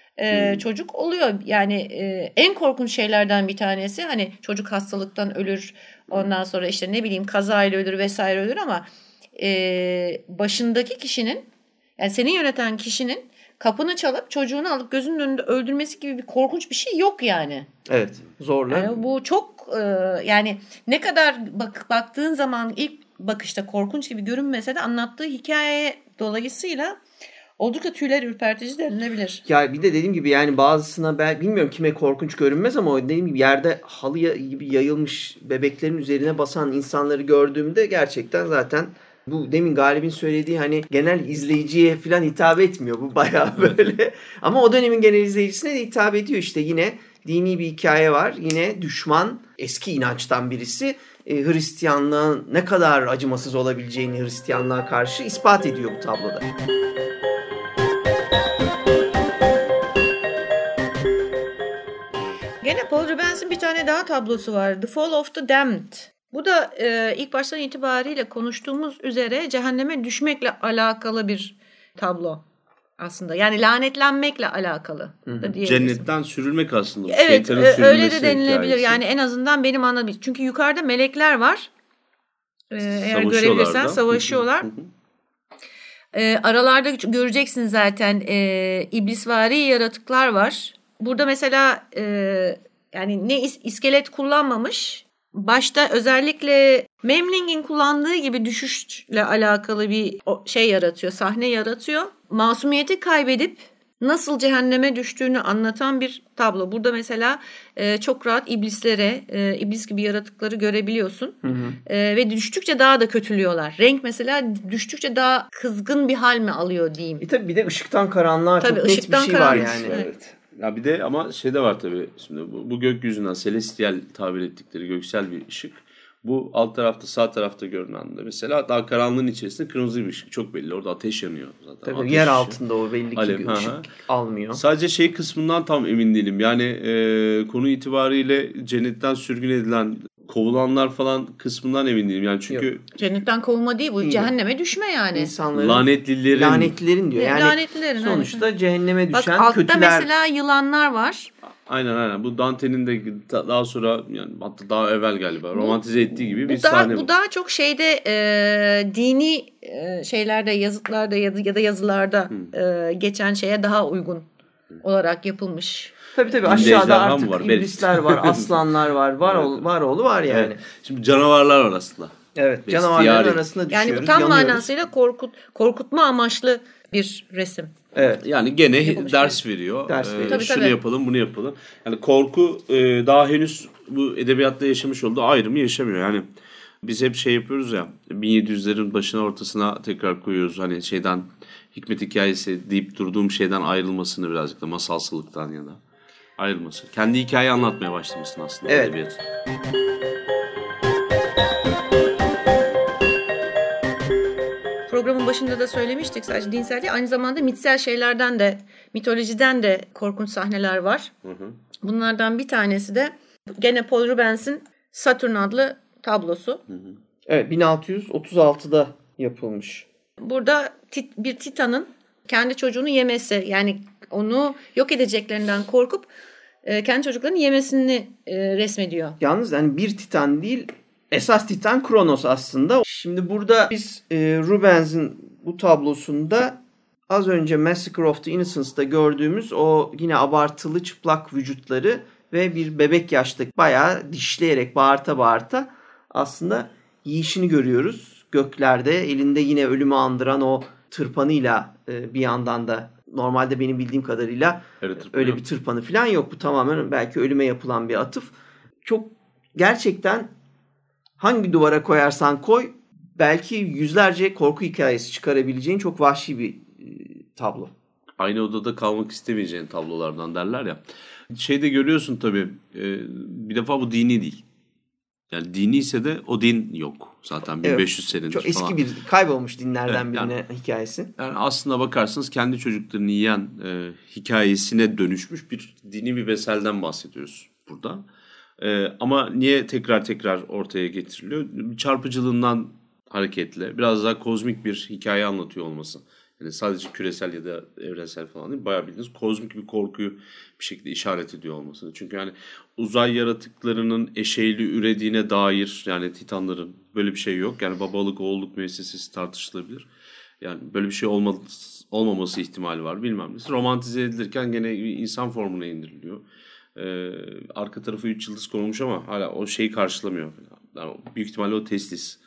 çocuk oluyor. Yani en korkunç şeylerden bir tanesi hani çocuk hastalıktan ölür, ondan sonra işte ne bileyim kazayla ölür vesaire ölür ama başındaki kişinin, yani seni yöneten kişinin kapını çalıp çocuğunu alıp gözünün önünde öldürmesi gibi bir korkunç bir şey yok yani. Evet, zorla. Yani bu çok yani ne kadar baktığın zaman ilk bakışta korkunç gibi görünmese de anlattığı hikaye dolayısıyla oldukça tüyler ürpertici denilebilir. Ya bir de dediğim gibi yani bazısına ben bilmiyorum kime korkunç görünmez ama dediğim gibi yerde halı gibi yayılmış bebeklerin üzerine basan insanları gördüğümde gerçekten zaten bu demin Galip'in söylediği hani genel izleyiciye falan hitap etmiyor. Bu bayağı böyle. Ama o dönemin genel izleyicisine de hitap ediyor işte. Yine dini bir hikaye var. Yine düşman, eski inançtan birisi Hristiyanlığın ne kadar acımasız olabileceğini Hristiyanlığa karşı ispat ediyor bu tabloda. Gene Paul Rubens'in bir tane daha tablosu var. The Fall of the Damned. Bu da ilk baştan itibariyle konuştuğumuz üzere cehenneme düşmekle alakalı bir tablo aslında. Yani lanetlenmekle alakalı da diyebiliriz. Cennetten sürülmek aslında. Evet, öyle de denilebilir. Hikayesi. Yani en azından benim anladığım. Çünkü yukarıda melekler var. Eğer görebilirsen savaşıyorlar. Aralarda göreceksin zaten iblisvari yaratıklar var. Burada mesela yani ne iskelet kullanmamış. Başta özellikle Memling'in kullandığı gibi düşüşle alakalı bir şey yaratıyor, sahne yaratıyor. Masumiyeti kaybedip nasıl cehenneme düştüğünü anlatan bir tablo. Burada mesela çok rahat iblislere, iblis gibi yaratıkları görebiliyorsun. Hı hı. Ve düştükçe daha da kötülüyorlar. Renk mesela düştükçe daha kızgın bir hal mi alıyor diyeyim. Tabii bir de ışıktan karanlığa çok net bir şey var yani. Evet. Ya bir de ama şey de var tabii. Şimdi bu gökyüzünden celestial tabir ettikleri göksel bir ışık. Bu alt tarafta sağ tarafta görünen de mesela daha karanlığın içerisinde kırmızı bir ışık çok belli. Orada ateş yanıyor zaten. Tabii yer altında o belli ki ışık almıyor. Sadece şey kısmından tam emin değilim. Yani konu itibariyle cennetten sürgün edilen kovulanlar falan kısmından emin değilim. Yani çünkü yok. Cennetten kovulma değil bu değil. Cehenneme düşme yani. İnsanların lanetlilerin diyor. Yani lanetlilerin, sonuçta evet. Cehenneme düşen bak, kötüler. Altta mesela yılanlar var. Aynen. Bu Dante'nin de daha sonra yani hatta daha evvel galiba romantize ettiği gibi bir sahne bu. Bu daha çok şeyde dini şeylerde, yazıtlarda ya da yazılarda geçen şeye daha uygun olarak yapılmış. Tabii aşağıda artık var, iblisler var, aslanlar var, varoğlu var yani. Evet. Şimdi canavarlar var aslında. Evet, canavarların arasında düşüyoruz. Yani bu tam manasıyla korkutma amaçlı bir resim. Evet. Yani gene ders veriyor. Şunu yapalım, bunu yapalım. Yani korku daha henüz bu edebiyatta yaşamış olduğu ayrımı yaşamıyor. Yani biz hep şey yapıyoruz ya 1700'lerin başına ortasına tekrar koyuyoruz. Hani şeyden hikmet hikayesi deyip durduğum şeyden ayrılmasını birazcık da masalsılıktan ya da ayrılması. Kendi hikaye anlatmaya başlamasını aslında edebiyatın. Programın başında da söylemiştik sadece dinsel değil aynı zamanda mitsel şeylerden de mitolojiden de korkunç sahneler var. Hı. Bunlardan bir tanesi de gene Paul Rubens'in Saturn adlı tablosu. Hı. Evet 1636'da yapılmış. Burada bir Titan'ın kendi çocuğunu yemesi yani onu yok edeceklerinden korkup kendi çocuklarını yemesini resmediyor. Yalnız yani bir Titan değil esas Titan Kronos aslında. Şimdi burada biz Rubens'in bu tablosunda az önce Massacre of the Innocents'ta gördüğümüz o yine abartılı çıplak vücutları ve bir bebek yaşta bayağı dişleyerek bağırta aslında yiyişini görüyoruz. Göklerde elinde yine ölümü andıran o tırpanıyla bir yandan da normalde benim bildiğim kadarıyla öyle bir tırpanı falan yok. Bu tamamen belki ölüme yapılan bir atıf. Çok gerçekten hangi duvara koyarsan koy belki yüzlerce korku hikayesi çıkarabileceğin çok vahşi bir tablo. Aynı odada kalmak istemeyeceğin tablolardan derler ya. Şeyde görüyorsun tabii bir defa bu dini değil. Yani dini ise de o din yok zaten 1500 senedir çok eski falan. Bir kaybolmuş dinlerden birine hikayesi. Yani aslında bakarsanız kendi çocuklarını yiyen hikayesine dönüşmüş bir dini bir veselden bahsediyoruz burada. Ama niye tekrar ortaya getiriliyor? Çarpıcılığından hareketle biraz daha kozmik bir hikaye anlatıyor olması. Yani sadece küresel ya da evrensel falan değil. Bayağı bildiğiniz kozmik bir korkuyu bir şekilde işaret ediyor olmasını. Çünkü yani uzay yaratıklarının eşeğli ürediğine dair yani Titanların böyle bir şey yok. Yani babalık oğulluk müessesesi tartışılabilir. Yani böyle bir şey olmaması ihtimali var bilmem ne. Romantize edilirken gene insan formuna indiriliyor. Arka tarafı 3 yıldız konulmuş ama hala o şeyi karşılamıyor. Yani büyük ihtimalle o testis.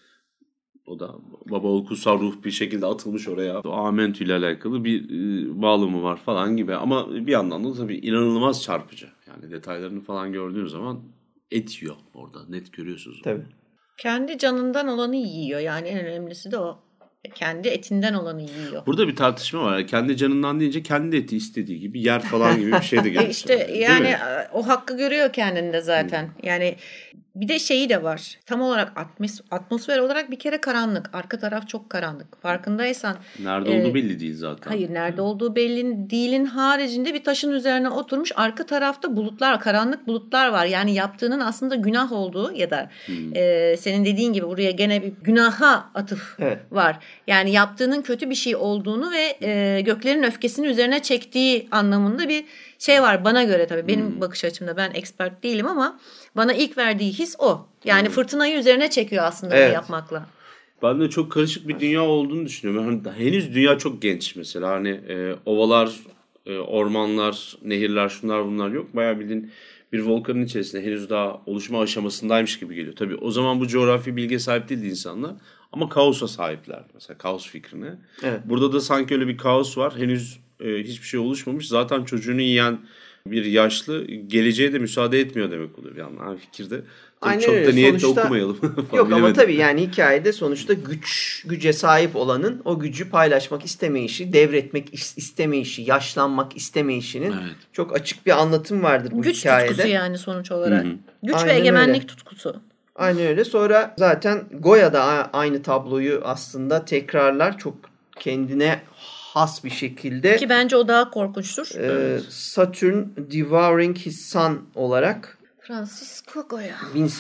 O da baba oğul kutsal ruh bir şekilde atılmış oraya. O Amentü ile alakalı bir bağlamı var falan gibi. Ama bir yandan da tabii inanılmaz çarpıcı. Yani detaylarını falan gördüğün zaman et yiyor orada. Net görüyorsunuz. Tabii. Kendi canından olanı yiyor. Yani en önemlisi de o. Kendi etinden olanı yiyor. Burada bir tartışma var. Kendi canından deyince kendi eti istediği gibi yer falan gibi bir şey de geliyor. İşte yani o hakkı görüyor kendinde zaten. Yani bir de şeyi de var. Tam olarak atmosfer olarak bir kere karanlık. Arka taraf çok karanlık. Farkındaysan. Nerede olduğu belli değil zaten. Hayır, nerede olduğu belli değilin haricinde bir taşın üzerine oturmuş. Arka tarafta bulutlar, karanlık bulutlar var. Yani yaptığının aslında günah olduğu ya da senin dediğin gibi buraya gene bir günaha atıf var. Yani yaptığının kötü bir şey olduğunu ve göklerin öfkesini üzerine çektiği anlamında bir şey var bana göre tabii. Benim bakış açımda, ben expert değilim ama bana ilk verdiği his o. Yani fırtınayı üzerine çekiyor aslında bunu yapmakla. Ben de çok karışık bir dünya olduğunu düşünüyorum. Yani henüz dünya çok genç mesela. Hani ovalar, ormanlar, nehirler, şunlar bunlar yok. Bayağı bildiğin bir volkanın içerisinde henüz daha oluşma aşamasındaymış gibi geliyor. Tabii o zaman bu coğrafi bilgiye sahip değildi insanlar. Ama kaosa sahipler. Mesela kaos fikrine. Evet. Burada da sanki öyle bir kaos var. Henüz hiçbir şey oluşmamış. Zaten çocuğunu yiyen bir yaşlı geleceğe de müsaade etmiyor demek oluyor bir yandan fikirde. Aynen çok öyle. da niyetle Sonuçta, okumayalım. Yok ama tabii yani hikayede sonuçta güce sahip olanın o gücü paylaşmak istemeyişi, devretmek istemeyişi, yaşlanmak istemeyişinin çok açık bir anlatım vardır bu güç hikayede. Güç tutkusu yani sonuç olarak. Hı-hı. Güç Aynen ve egemenlik öyle. Tutkusu. Aynen öyle. Sonra zaten Goya da aynı tabloyu aslında tekrarlar çok kendine has bir şekilde. Ki bence o daha korkunçtur. Saturn Devouring His Son olarak Francisco Goya.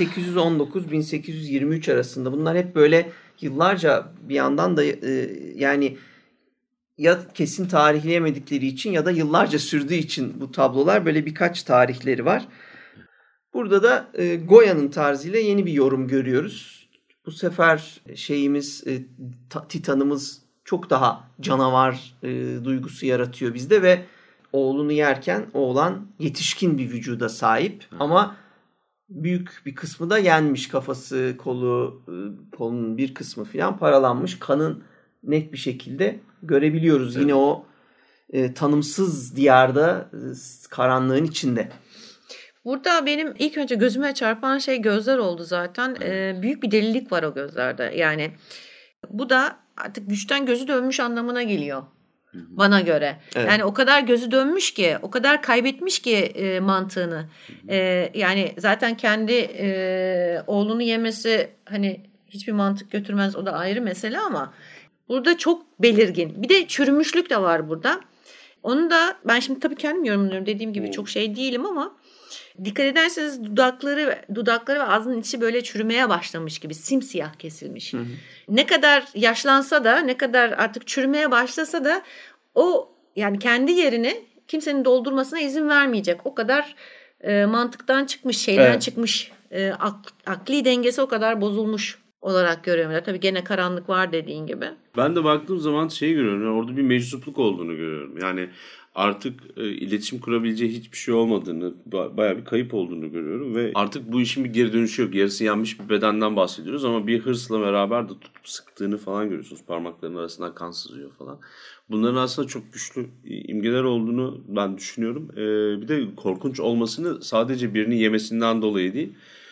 1819-1823 arasında. Bunlar hep böyle yıllarca bir yandan da yani ya kesin tarihleyemedikleri için ya da yıllarca sürdüğü için bu tablolar böyle birkaç tarihleri var. Burada da Goya'nın tarzıyla yeni bir yorum görüyoruz. Bu sefer Titan'ımız çok daha canavar duygusu yaratıyor bizde ve oğlunu yerken oğlan yetişkin bir vücuda sahip ama büyük bir kısmı da yenmiş, kafası, kolunun bir kısmı falan paralanmış. Kanın net bir şekilde görebiliyoruz. Evet. Yine o tanımsız diyarda, karanlığın içinde. Burada benim ilk önce gözüme çarpan şey gözler oldu zaten. Büyük bir delilik var o gözlerde. Yani bu da artık güçten gözü dönmüş anlamına geliyor. Bana göre. Evet. Yani o kadar gözü dönmüş ki, o kadar kaybetmiş ki mantığını. Yani zaten kendi oğlunu yemesi hani hiçbir mantık götürmez, o da ayrı mesele ama burada çok belirgin. Bir de çürümüşlük de var burada. Onu da ben şimdi tabii kendim yorumluyorum, dediğim gibi çok şey değilim ama dikkat ederseniz dudakları ve ağzının içi böyle çürümeye başlamış gibi, simsiyah kesilmiş. Hı hı. Ne kadar yaşlansa da, ne kadar artık çürümeye başlasa da o yani kendi yerini kimsenin doldurmasına izin vermeyecek. O kadar mantıktan çıkmış, şeyden çıkmış. Akli dengesi o kadar bozulmuş olarak görüyorum. Tabii gene karanlık var dediğin gibi. Ben de baktığım zaman görüyorum. Yani orada bir meczupluk olduğunu görüyorum. Yani artık iletişim kurabileceği hiçbir şey olmadığını, bayağı bir kayıp olduğunu görüyorum ve artık bu işin bir geri dönüşü yok. Yarısı yanmış bir bedenden bahsediyoruz ama bir hırsla beraber de tutup sıktığını falan görüyorsunuz. Parmaklarının arasından kan sızıyor falan. Bunların aslında çok güçlü imgeler olduğunu ben düşünüyorum. Bir de korkunç olmasını sadece birini yemesinden dolayı değil,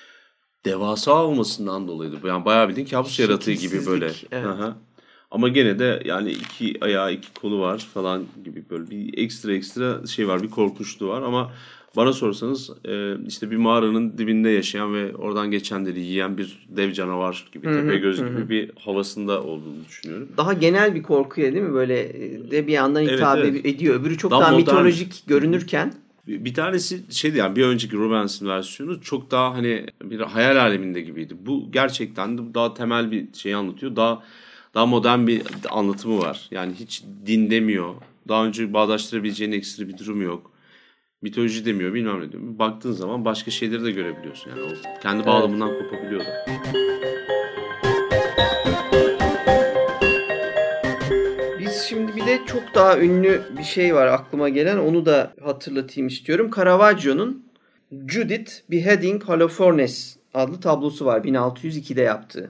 devasa olmasından dolayıydı. Yani bayağı bildiğin kabus yaratığı gibi böyle. Evet. Ama gene de yani 2 ayağı 2 kolu var falan gibi böyle bir ekstra şey var, bir korkunçluğu var ama bana sorsanız işte bir mağaranın dibinde yaşayan ve oradan geçenleri yiyen bir dev canavar gibi, tepegöz gibi bir havasında olduğunu düşünüyorum. Daha genel bir korkuya değil mi? Böyle de bir yandan hitap ediyor. Öbürü çok daha mitolojik görünürken. Bir tanesi yani bir önceki Rubens'in versiyonu çok daha hani bir hayal aleminde gibiydi. Bu gerçekten de daha temel bir şey anlatıyor. Daha modern bir anlatımı var. Yani hiç din demiyor. Daha önce bağdaştırabileceğin ekstra bir durum yok. Mitoloji demiyor, bilmem ne diyor. Baktığın zaman başka şeyleri de görebiliyorsun. Yani o kendi bağlamından kopabiliyor da. Biz şimdi bir Bir de çok daha ünlü bir şey var aklıma gelen, onu da hatırlatayım istiyorum. Caravaggio'nun Judith Beheading Holofernes adlı tablosu var 1602'de yaptığı.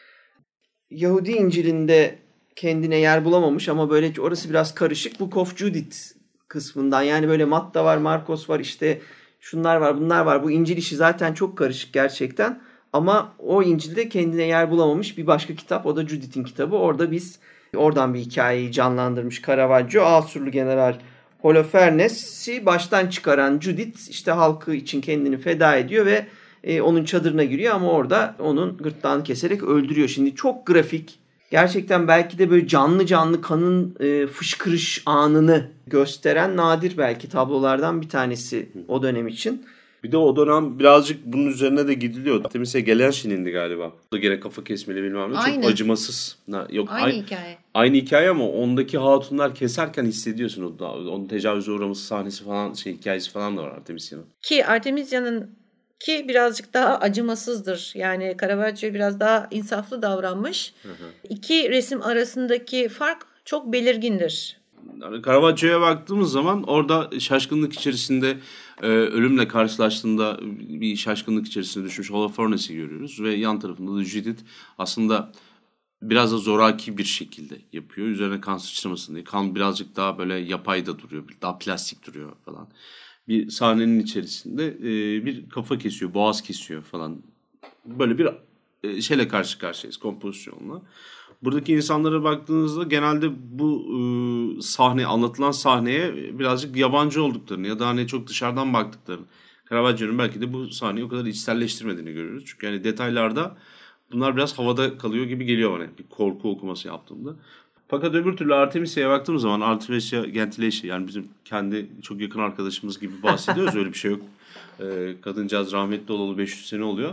Yahudi İncil'inde kendine yer bulamamış ama böyle orası biraz karışık. Book of Judith kısmından, yani böyle Matta var, Markos var, işte şunlar var, bunlar var. Bu İncil işi zaten çok karışık gerçekten. Ama o İncil'de kendine yer bulamamış bir başka kitap, o da Judith'in kitabı. Oradan bir hikayeyi canlandırmış Caravaggio. Asurlu General Holofernes'i baştan çıkaran Judith işte halkı için kendini feda ediyor ve onun çadırına giriyor ama orada onun gırtlağını keserek öldürüyor. Şimdi çok grafik, gerçekten belki de böyle canlı canlı kanın fışkırış anını gösteren nadir belki tablolardan bir tanesi o dönem için. Bir de o dönem birazcık bunun üzerine de gidiliyor. Artemis'e gelen Şinindi galiba. Da gene kafa kesmeli bilmem ne. Çok acımasız. Yok, aynı hikaye. Aynı hikaye ama ondaki hatunlar keserken hissediyorsun. Onun tecavüze uğraması sahnesi falan, hikayesi falan da var Artemisia'nın. Ki Artemisia'nın birazcık daha acımasızdır. Yani Caravaggio biraz daha insaflı davranmış. İki resim arasındaki fark çok belirgindir. Caravaggio'ya baktığımız zaman orada şaşkınlık içerisinde ölümle karşılaştığında bir şaşkınlık içerisinde düşmüş Holofernes'i görüyoruz ve yan tarafında da Judith aslında biraz da zoraki bir şekilde yapıyor. Üzerine kan sıçramasın diye. Kan birazcık daha böyle yapay da duruyor, daha plastik duruyor falan. Bir sahnenin içerisinde bir kafa kesiyor, boğaz kesiyor falan. Böyle bir şeyle karşı karşıyayız, kompozisyonla. Buradaki insanlara baktığınızda genelde bu anlatılan sahneye birazcık yabancı olduklarını ya da hani çok dışarıdan baktıklarını, Caravaggio'nun belki de bu sahneyi o kadar içselleştirmediğini görüyoruz. Çünkü yani detaylarda bunlar biraz havada kalıyor gibi geliyor bana bir korku okuması yaptığımda. Fakat öbür türlü Artemisia'ya baktığımız zaman Artemisia Gentileschi, yani bizim kendi çok yakın arkadaşımız gibi bahsediyoruz. Öyle bir şey yok. Kadıncağız rahmetli olalı 500 sene oluyor.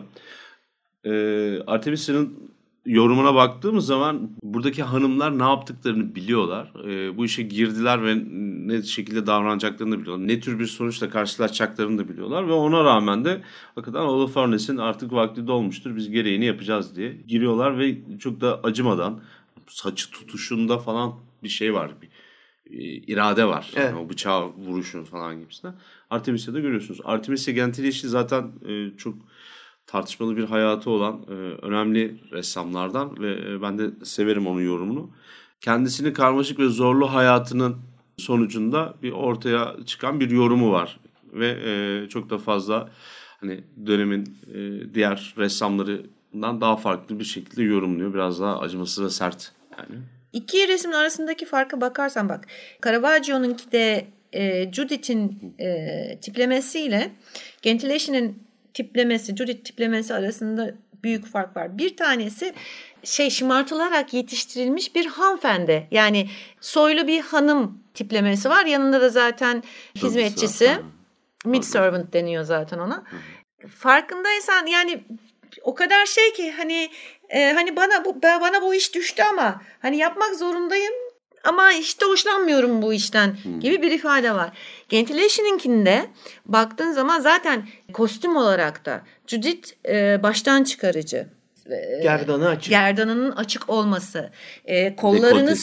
Artemisia'nın yorumuna baktığımız zaman buradaki hanımlar ne yaptıklarını biliyorlar. Bu işe girdiler ve ne şekilde davranacaklarını da biliyorlar. Ne tür bir sonuçla karşılaşacaklarını da biliyorlar. Ve ona rağmen de hakikaten Holofernes'in artık vakti dolmuştur, biz gereğini yapacağız diye giriyorlar ve çok da acımadan, saçı tutuşunda falan bir şey var. Bir irade var. Evet. Yani o bıçağı vuruşun falan gibisinden. Artemisia'da görüyorsunuz. Artemisia Gentileschi zaten çok tartışmalı bir hayatı olan önemli ressamlardan ve ben de severim onun yorumunu. Kendisini karmaşık ve zorlu hayatının sonucunda bir ortaya çıkan bir yorumu var ve çok da fazla hani dönemin diğer ressamlarından daha farklı bir şekilde yorumluyor. Biraz daha acımasız ve sert yani. İki resmin arasındaki farka bakarsan bak, Caravaggio'nunki de Judith'in tiplemesiyle Gentileschi'nin Judith tiplemesi arasında büyük fark var. Bir tanesi şımartılarak yetiştirilmiş bir hanımefendi. Yani soylu bir hanım tiplemesi var. Yanında da zaten hizmetçisi. Maidservant deniyor zaten ona. Farkındaysan yani o kadar ki hani bana bu iş düştü ama hani yapmak zorundayım ama işte hoşlanmıyorum bu işten gibi bir ifade var. Gentileschi'ninkinde baktığın zaman zaten kostüm olarak da Judith baştan çıkarıcı. Gerdanının açık olması. Kollarını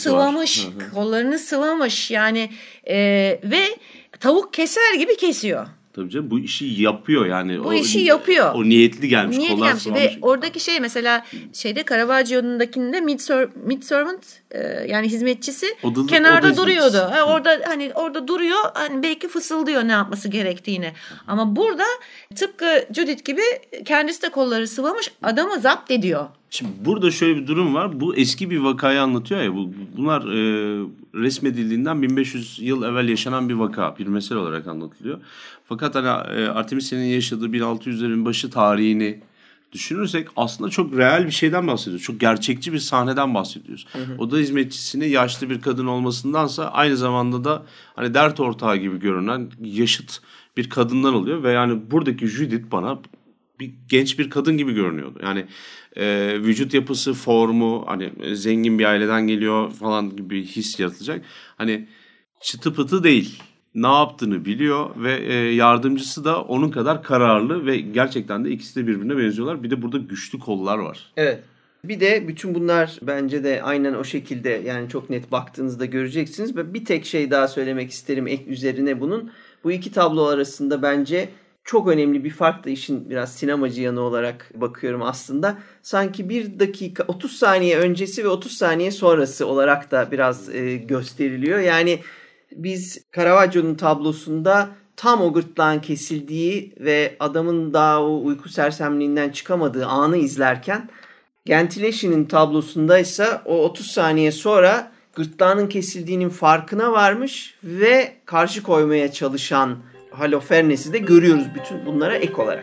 sıvamış yani ve tavuk keser gibi kesiyor. Tabii canım, bu işi yapıyor yani. Bu işi yapıyor. O niyetli gelmiş. Ve oradaki mesela Caravaggio'nundakinde Maidservant yani hizmetçisi kenarda duruyordu. Orada duruyor. Hani belki fısıldıyor ne yapması gerektiğini. Ama burada tıpkı Judith gibi kendisi de kolları sıvamış, adamı zapt ediyor. Şimdi burada şöyle bir durum var. Bu eski bir vakayı anlatıyor ya. Bunlar resmedildiğinden 1500 yıl evvel yaşanan bir vaka. Bir mesele olarak anlatılıyor. Fakat hani Artemisia'nın yaşadığı 1600'lerin başı tarihini düşünürsek aslında çok real bir şeyden bahsediyoruz. Çok gerçekçi bir sahneden bahsediyoruz. Oda hizmetçisine yaşlı bir kadın olmasındansa aynı zamanda da hani dert ortağı gibi görünen yaşıt bir kadından oluyor. Ve yani buradaki Judith bana genç bir kadın gibi görünüyordu. Yani vücut yapısı, formu, hani zengin bir aileden geliyor falan gibi bir his yaratılacak. Hani çıtı pıtı değil. Ne yaptığını biliyor ve yardımcısı da onun kadar kararlı ve gerçekten de ikisi de birbirine benziyorlar. Bir de burada güçlü kollar var. Evet. Bir de bütün bunlar bence de aynen o şekilde, yani çok net baktığınızda göreceksiniz. Ve bir tek şey daha söylemek isterim ek üzerine bunun. Bu iki tablo arasında bence çok önemli bir fark da, işin biraz sinemacı yanı olarak bakıyorum aslında. Sanki 1 dakika 30 saniye öncesi ve 30 saniye sonrası olarak da biraz gösteriliyor. Yani biz Caravaggio'nun tablosunda tam o gırtlağın kesildiği ve adamın daha o uyku sersemliğinden çıkamadığı anı izlerken, Gentileschi'nin tablosunda ise o 30 saniye sonra gırtlağının kesildiğinin farkına varmış ve karşı koymaya çalışan Holofernes'i de görüyoruz bütün bunlara ek olarak.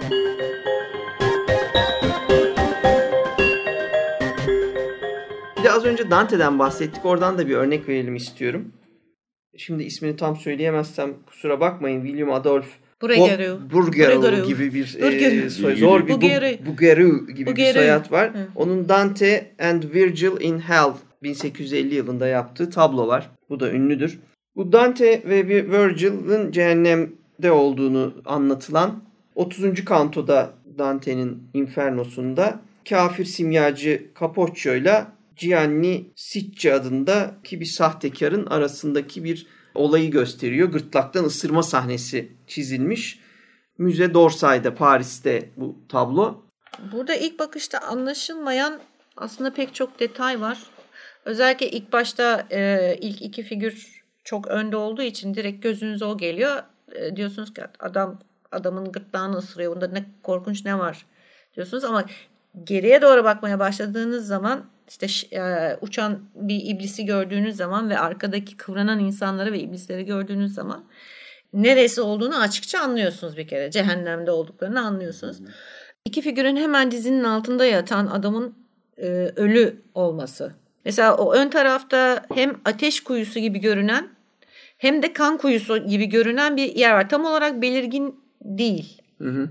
Bir de az önce Dante'den bahsettik. Oradan da bir örnek verelim istiyorum. Şimdi ismini tam söyleyemezsem kusura bakmayın. William Adolphe Bouguereau gibi bir zor bir Bouguereau gibi bir soyad var. Onun Dante and Virgil in Hell 1850 yılında yaptığı tablo var. Bu da ünlüdür. Bu Dante ve Virgil'in cehennemde olduğunu anlatılan 30. kantoda Dante'nin Inferno'sunda kafir simyacı Capoccio ile Gianni Sicci adındaki bir sahtekarın arasındaki bir olayı gösteriyor. Gırtlaktan ısırma sahnesi çizilmiş. Müze d'Orsay'da, Paris'te bu tablo. Burada ilk bakışta anlaşılmayan aslında pek çok detay var. Özellikle ilk başta ilk iki figür çok önde olduğu için direkt gözünüze o geliyor. Diyorsunuz ki adamın gırtlağını ısırıyor. Bunda ne korkunç ne var diyorsunuz, ama geriye doğru bakmaya başladığınız zaman, işte uçan bir iblisi gördüğünüz zaman ve arkadaki kıvranan insanları ve iblisleri gördüğünüz zaman neresi olduğunu açıkça anlıyorsunuz bir kere. Cehennemde olduklarını anlıyorsunuz. İki figürün hemen dizinin altında yatan adamın ölü olması. Mesela o ön tarafta hem ateş kuyusu gibi görünen hem de kan kuyusu gibi görünen bir yer var. Tam olarak belirgin değil.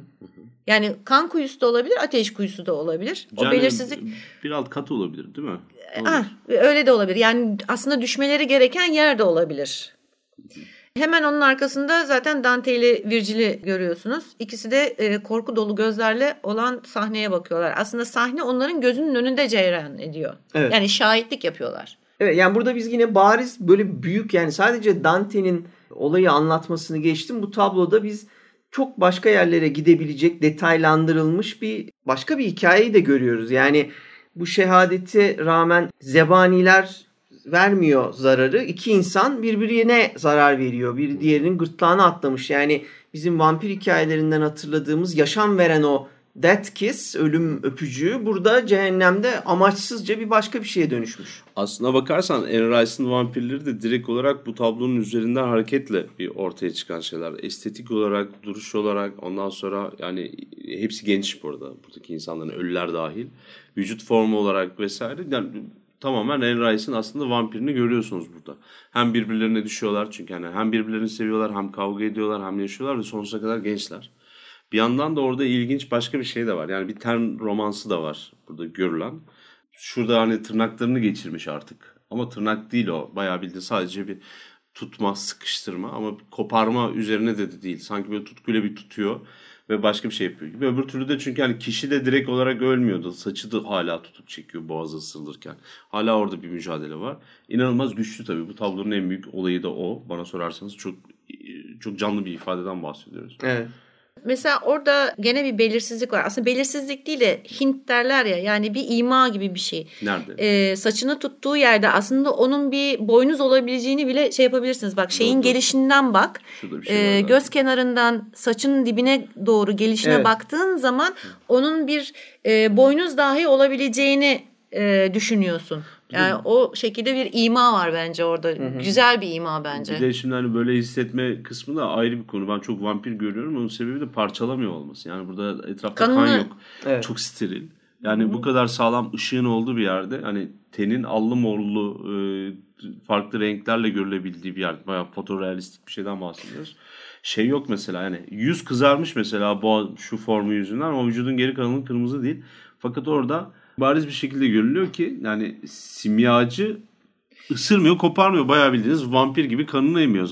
Yani kan kuyusu da olabilir, ateş kuyusu da olabilir. Yani o belirsizlik bir alt katı olabilir, değil mi? Öyle de olabilir. Yani aslında düşmeleri gereken yer de olabilir. Hemen onun arkasında zaten Dante ile Virgil'i görüyorsunuz. İkisi de korku dolu gözlerle olan sahneye bakıyorlar. Aslında sahne onların gözünün önünde cereyan ediyor. Evet. Yani şahitlik yapıyorlar. Evet, yani burada biz yine bariz böyle büyük, yani sadece Dante'nin olayı anlatmasını geçtim. Bu tabloda biz çok başka yerlere gidebilecek detaylandırılmış başka bir hikayeyi de görüyoruz. Yani bu şehadete rağmen zebaniler vermiyor zararı. İki insan birbirine zarar veriyor. Biri diğerinin gırtlağına atlamış. Yani bizim vampir hikayelerinden hatırladığımız yaşam veren o death kiss, ölüm öpücüğü burada cehennemde amaçsızca bir başka bir şeye dönüşmüş. Aslına bakarsan Anne Rice'ın vampirleri de direkt olarak bu tablonun üzerinden hareketle bir ortaya çıkan şeyler. Estetik olarak, duruş olarak, ondan sonra yani hepsi genç bu arada. Buradaki insanların, ölüler dahil. Vücut formu olarak vesaire. Yani tamamen Anne Rice'ın aslında vampirini görüyorsunuz burada. Hem birbirlerine düşüyorlar çünkü hani hem birbirlerini seviyorlar, hem kavga ediyorlar, hem yaşıyorlar ve sonsuza kadar gençler. Bir yandan da orada ilginç başka bir şey de var. Yani bir ten romansı da var burada görülen. Şurada hani tırnaklarını geçirmiş artık. Ama tırnak değil o. Bayağı bildiğin sadece bir tutma, sıkıştırma ama koparma üzerine de değil. Sanki böyle tutkuyla bir tutuyor ve başka bir şey yapıyor gibi. Öbür türlü de çünkü hani kişi de direkt olarak ölmüyordu. Saçı da hala tutup çekiyor boğazı ısırılırken. Hala orada bir mücadele var. İnanılmaz güçlü tabii. Bu tablonun en büyük olayı da o. Bana sorarsanız çok canlı bir ifadeden bahsediyoruz. Evet. Mesela orada gene bir belirsizlik var. Aslında belirsizlik değil de hint derler ya. Yani bir ima gibi bir şey. Nerede? Saçını tuttuğu yerde aslında onun bir boynuz olabileceğini bile şey yapabilirsiniz. Bak şeyin gelişinden bak. Şey göz kenarından saçın dibine doğru gelişine baktığın zaman onun bir boynuz dahi olabileceğini düşünüyorsun. Yani o şekilde bir ima var bence orada. Güzel bir ima bence. Bir de şimdi hani böyle hissetme kısmı da ayrı bir konu. Ben çok vampir görüyorum. Onun sebebi de parçalamıyor olması. Yani burada etrafta kan yok. Evet. Çok steril. Yani bu kadar sağlam ışığın olduğu bir yerde hani tenin allı morlu farklı renklerle görülebildiği bir yer. Bayağı fotorealistik bir şeyden bahsediyoruz. Şey yok mesela, yani yüz kızarmış mesela şu formu yüzünden ama vücudun geri kalanının kırmızı değil. Fakat orada bariz bir şekilde görülüyor ki yani simyacı ısırmıyor, koparmıyor. Bayağı bildiğiniz vampir gibi kanını emiyor zaten.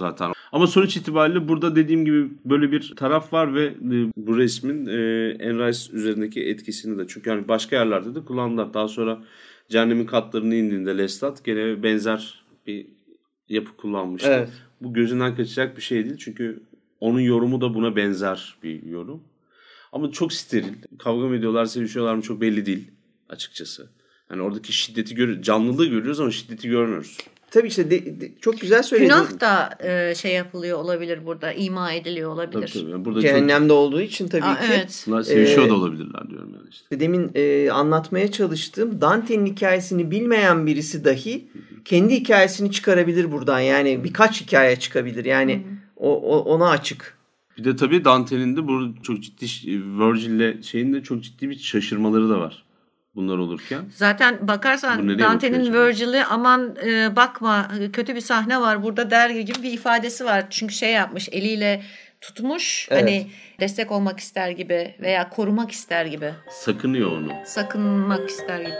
Ama sonuç itibariyle burada dediğim gibi böyle bir taraf var ve bu resmin Anne Rice üzerindeki etkisini de, çünkü hani başka yerlerde de kullandılar. Daha sonra Cehennemin Katlarına indiğinde Lestat gene benzer bir yapı kullanmıştı. Evet. Bu gözünden kaçacak bir şey değil çünkü onun yorumu da buna benzer bir yorum. Ama çok steril. Kavga mı ediyorlar, sevişiyorlar mı çok belli değil açıkçası. Yani oradaki şiddeti canlılığı görüyoruz ama şiddeti görmüyoruz. Tabii işte çok güzel söyledin. Günah da şey yapılıyor olabilir burada, ima ediliyor olabilir. Tabii. Yani burada cehennemde olduğu için tabii ki. Evet. Bunlar sevişiyor da olabilirler diyorum yani işte. Demin anlatmaya çalıştığım Dante'nin hikayesini bilmeyen birisi dahi kendi hikayesini çıkarabilir buradan. Yani birkaç hikaye çıkabilir. Yani ona açık. Bir de tabii Dante'nin de burada çok ciddi Virgil'le şeyin de çok ciddi bir şaşırmaları da var. Bunlar olurken. Zaten bakarsan Dante'nin Virgil'i aman bakma kötü bir sahne var burada der gibi bir ifadesi var. Çünkü şey yapmış, eliyle tutmuş, evet. Hani destek olmak ister gibi veya korumak ister gibi. Sakınıyor onu. Sakınmak ister gibi.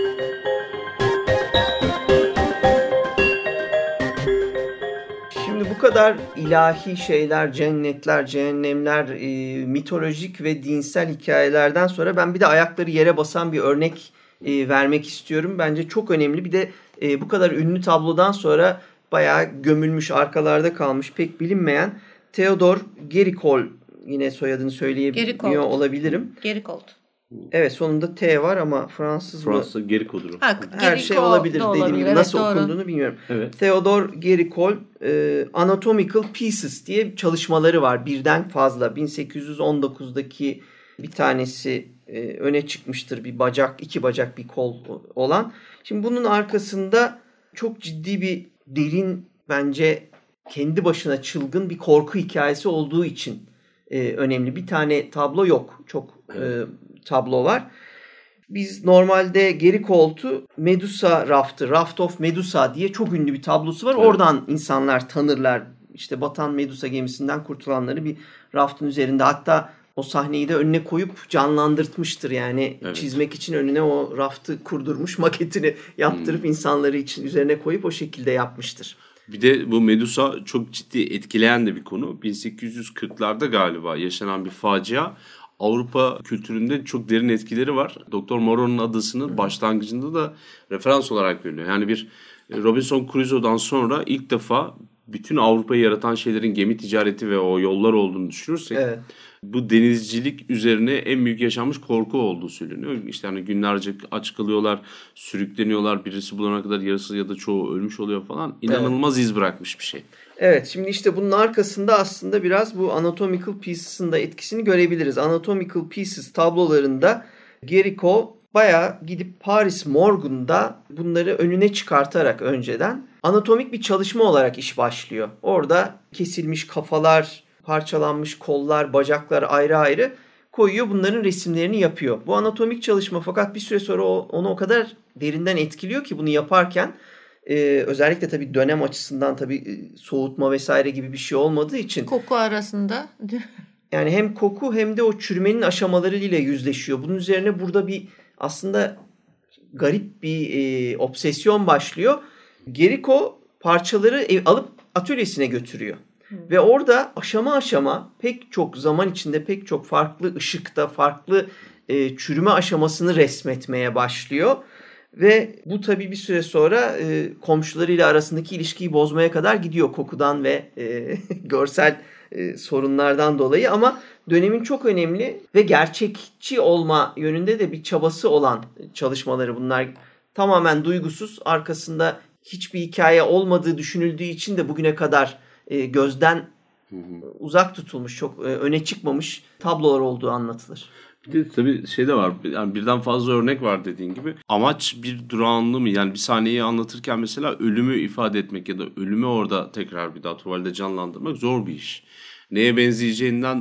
Şimdi bu kadar ilahi şeyler, cennetler, cehennemler, mitolojik ve dinsel hikayelerden sonra ben bir de ayakları yere basan bir örnek vermek istiyorum. Bence çok önemli. Bir de bu kadar ünlü tablodan sonra bayağı gömülmüş, arkalarda kalmış, pek bilinmeyen Theodor Géricault, yine soyadını söyleyemiyor olabilirim. Géricault. Evet, sonunda T var ama Fransız Géricault'dur. Her şey olabilir dediğim gibi. Nasıl okunduğunu bilmiyorum. Evet. Theodor Géricault Anatomical Pieces diye çalışmaları var. Birden fazla. 1819'daki bir tanesi öne çıkmıştır. Bir bacak, 2 bacak, bir kol olan. Şimdi bunun arkasında çok ciddi bir derin, bence kendi başına çılgın bir korku hikayesi olduğu için önemli. Bir tane tablo yok. Çok tablo var. Biz normalde Géricault'u Medusa raftı, Raft of Medusa diye çok ünlü bir tablosu var. Evet. Oradan insanlar tanırlar. İşte batan Medusa gemisinden kurtulanları bir raftın üzerinde. Hatta o sahneyi de önüne koyup canlandırtmıştır. Yani çizmek için önüne o raftı kurdurmuş, maketini yaptırıp insanları için üzerine koyup o şekilde yapmıştır. Bir de bu Medusa çok ciddi etkileyen de bir konu. 1840'larda galiba yaşanan bir facia. Avrupa kültüründe çok derin etkileri var. Doktor Moreau'nun adasının başlangıcında da referans olarak veriliyor. Yani bir Robinson Crusoe'dan sonra ilk defa bütün Avrupa'yı yaratan şeylerin gemi ticareti ve o yollar olduğunu düşünürsek bu denizcilik üzerine en büyük yaşanmış korku olduğu söyleniyor. İşte hani günlerce aç kalıyorlar, sürükleniyorlar, birisi bulana kadar yarısı ya da çoğu ölmüş oluyor falan. İnanılmaz iz bırakmış bir şey. Evet, şimdi işte bunun arkasında aslında biraz bu Anatomical Pieces'ın da etkisini görebiliriz. Anatomical Pieces tablolarında Géricault bayağı gidip Paris morgunda bunları önüne çıkartarak önceden anatomik bir çalışma olarak iş başlıyor. Orada kesilmiş kafalar, parçalanmış kollar, bacaklar ayrı ayrı koyuyor, bunların resimlerini yapıyor. Bu anatomik çalışma fakat bir süre sonra onu o kadar derinden etkiliyor ki bunu yaparken özellikle tabii dönem açısından tabii soğutma vesaire gibi bir şey olmadığı için. Koku arasında. Yani hem koku hem de o çürümenin aşamalarıyla yüzleşiyor. Bunun üzerine burada bir aslında garip bir obsesyon başlıyor. Géricault parçaları alıp atölyesine götürüyor. Ve orada aşama aşama pek çok zaman içinde pek çok farklı ışıkta farklı çürüme aşamasını resmetmeye başlıyor. Ve bu tabii bir süre sonra komşularıyla arasındaki ilişkiyi bozmaya kadar gidiyor kokudan ve görsel sorunlardan dolayı. Ama dönemin çok önemli ve gerçekçi olma yönünde de bir çabası olan çalışmaları bunlar. Tamamen duygusuz, arkasında hiçbir hikaye olmadığı düşünüldüğü için de bugüne kadar gözden uzak tutulmuş, çok öne çıkmamış tablolar olduğu anlatılır. Bir de tabii şey de var, yani birden fazla örnek var dediğin gibi. Amaç bir durağanlığı mı? Yani bir sahneyi anlatırken mesela ölümü ifade etmek ya da ölümü orada tekrar bir daha tuvalde canlandırmak zor bir iş. Neye benzeyeceğinden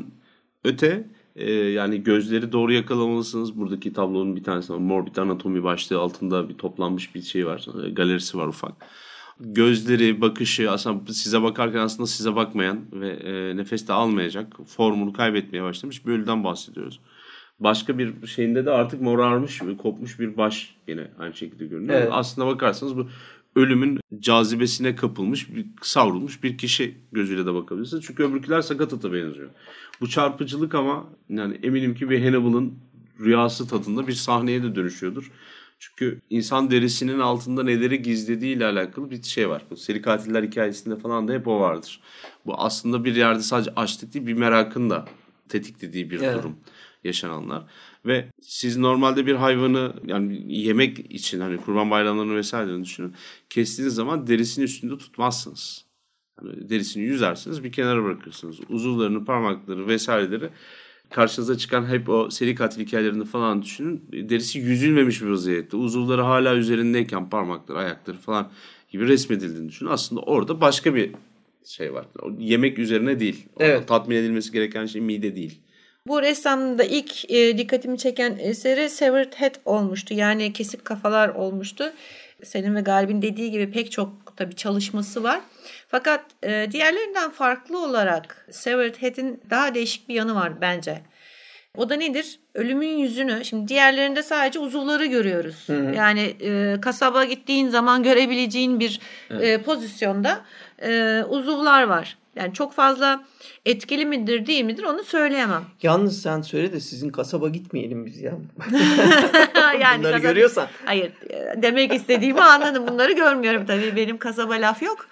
öte yani gözleri doğru yakalamalısınız. Buradaki tablonun bir tanesi var. Morbid Anatomy başlığı altında bir toplanmış bir şey var. Galerisi var ufak. Gözleri, bakışı aslında size bakarken aslında size bakmayan ve nefes de almayacak, formunu kaybetmeye başlamış bir ölüden bahsediyoruz. Başka bir şeyinde de artık morarmış, kopmuş bir baş yine aynı şekilde görünüyor. Evet. Aslında bakarsanız bu ölümün cazibesine kapılmış, savrulmuş bir kişi gözüyle de bakabilirsiniz. Çünkü öbürküler sakatata benziyor. Bu çarpıcılık ama yani eminim ki bir Hannibal'ın rüyası tadında bir sahneye de dönüşüyordur. Çünkü insan derisinin altında neleri gizlediği ile alakalı bir şey var. Bu seri katiller hikayesinde falan da hep o vardır. Bu aslında bir yerde sadece açlık değil, bir merakın da tetiklediği bir durum yaşananlar. Ve siz normalde bir hayvanı yani yemek için hani kurban bayramlarını vesaire düşünün. Kestiğiniz zaman derisini üstünde tutmazsınız. Yani derisini yüzersiniz, bir kenara bırakırsınız. Uzuvlarını, parmakları vesaireleri karşınıza çıkan hep o seri katil hikayelerini falan düşünün. Derisi yüzülmemiş bir vaziyette. Uzuvları hala üzerindeyken parmakları, ayakları falan gibi resmedildiğini düşünün. Aslında orada başka bir şey var. O yemek üzerine değil. Evet. Tatmin edilmesi gereken şey mide değil. Bu ressamda ilk dikkatimi çeken eseri Severed Head olmuştu. Yani kesik kafalar olmuştu. Senin ve Galip'in dediği gibi pek çok tabii çalışması var. Fakat diğerlerinden farklı olarak Severed Head'in daha değişik bir yanı var bence. O da nedir? Ölümün yüzünü. Şimdi diğerlerinde sadece uzuvları görüyoruz. Hı hı. Yani kasaba gittiğin zaman görebileceğin bir pozisyonda uzuvlar var. Yani çok fazla etkili midir değil midir onu söyleyemem. Yalnız sen söyle de sizin kasaba gitmeyelim biz ya. Yani bunları görüyorsan. Hayır, demek istediğimi anladım. Bunları görmüyorum tabii. Benim kasaba laf yok.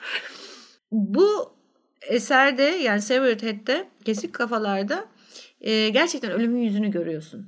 Bu eserde yani Severed Head'de kesik kafalarda gerçekten ölümün yüzünü görüyorsun.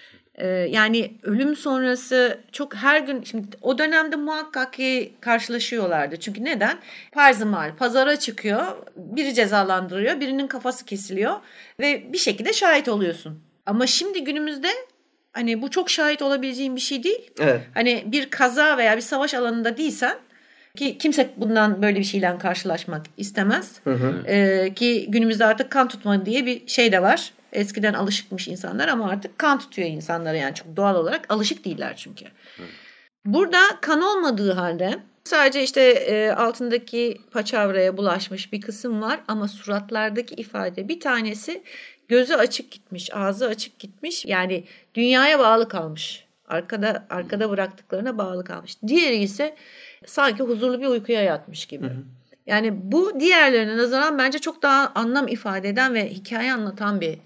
Yani ölüm sonrası çok her gün şimdi o dönemde muhakkak ki karşılaşıyorlardı. Çünkü neden? Parzimal pazara çıkıyor, biri cezalandırıyor, birinin kafası kesiliyor ve bir şekilde şahit oluyorsun. Ama şimdi günümüzde hani bu çok şahit olabileceğin bir şey değil. Evet. Hani bir kaza veya bir savaş alanında değilsen ki kimse bundan böyle bir şeyle karşılaşmak istemez. Hı hı. Ki günümüzde artık kan tutma diye bir şey de var. Eskiden alışıkmış insanlar ama artık kan tutuyor insanlara yani çok doğal olarak alışık değiller çünkü. Burada kan olmadığı halde sadece işte altındaki paçavraya bulaşmış bir kısım var ama suratlardaki ifade bir tanesi gözü açık gitmiş, ağzı açık gitmiş yani dünyaya bağlı kalmış. Arkada bıraktıklarına bağlı kalmış. Diğeri ise sanki huzurlu bir uykuya yatmış gibi. Hı hı. Yani bu diğerlerine nazaran bence çok daha anlam ifade eden ve hikaye anlatan bir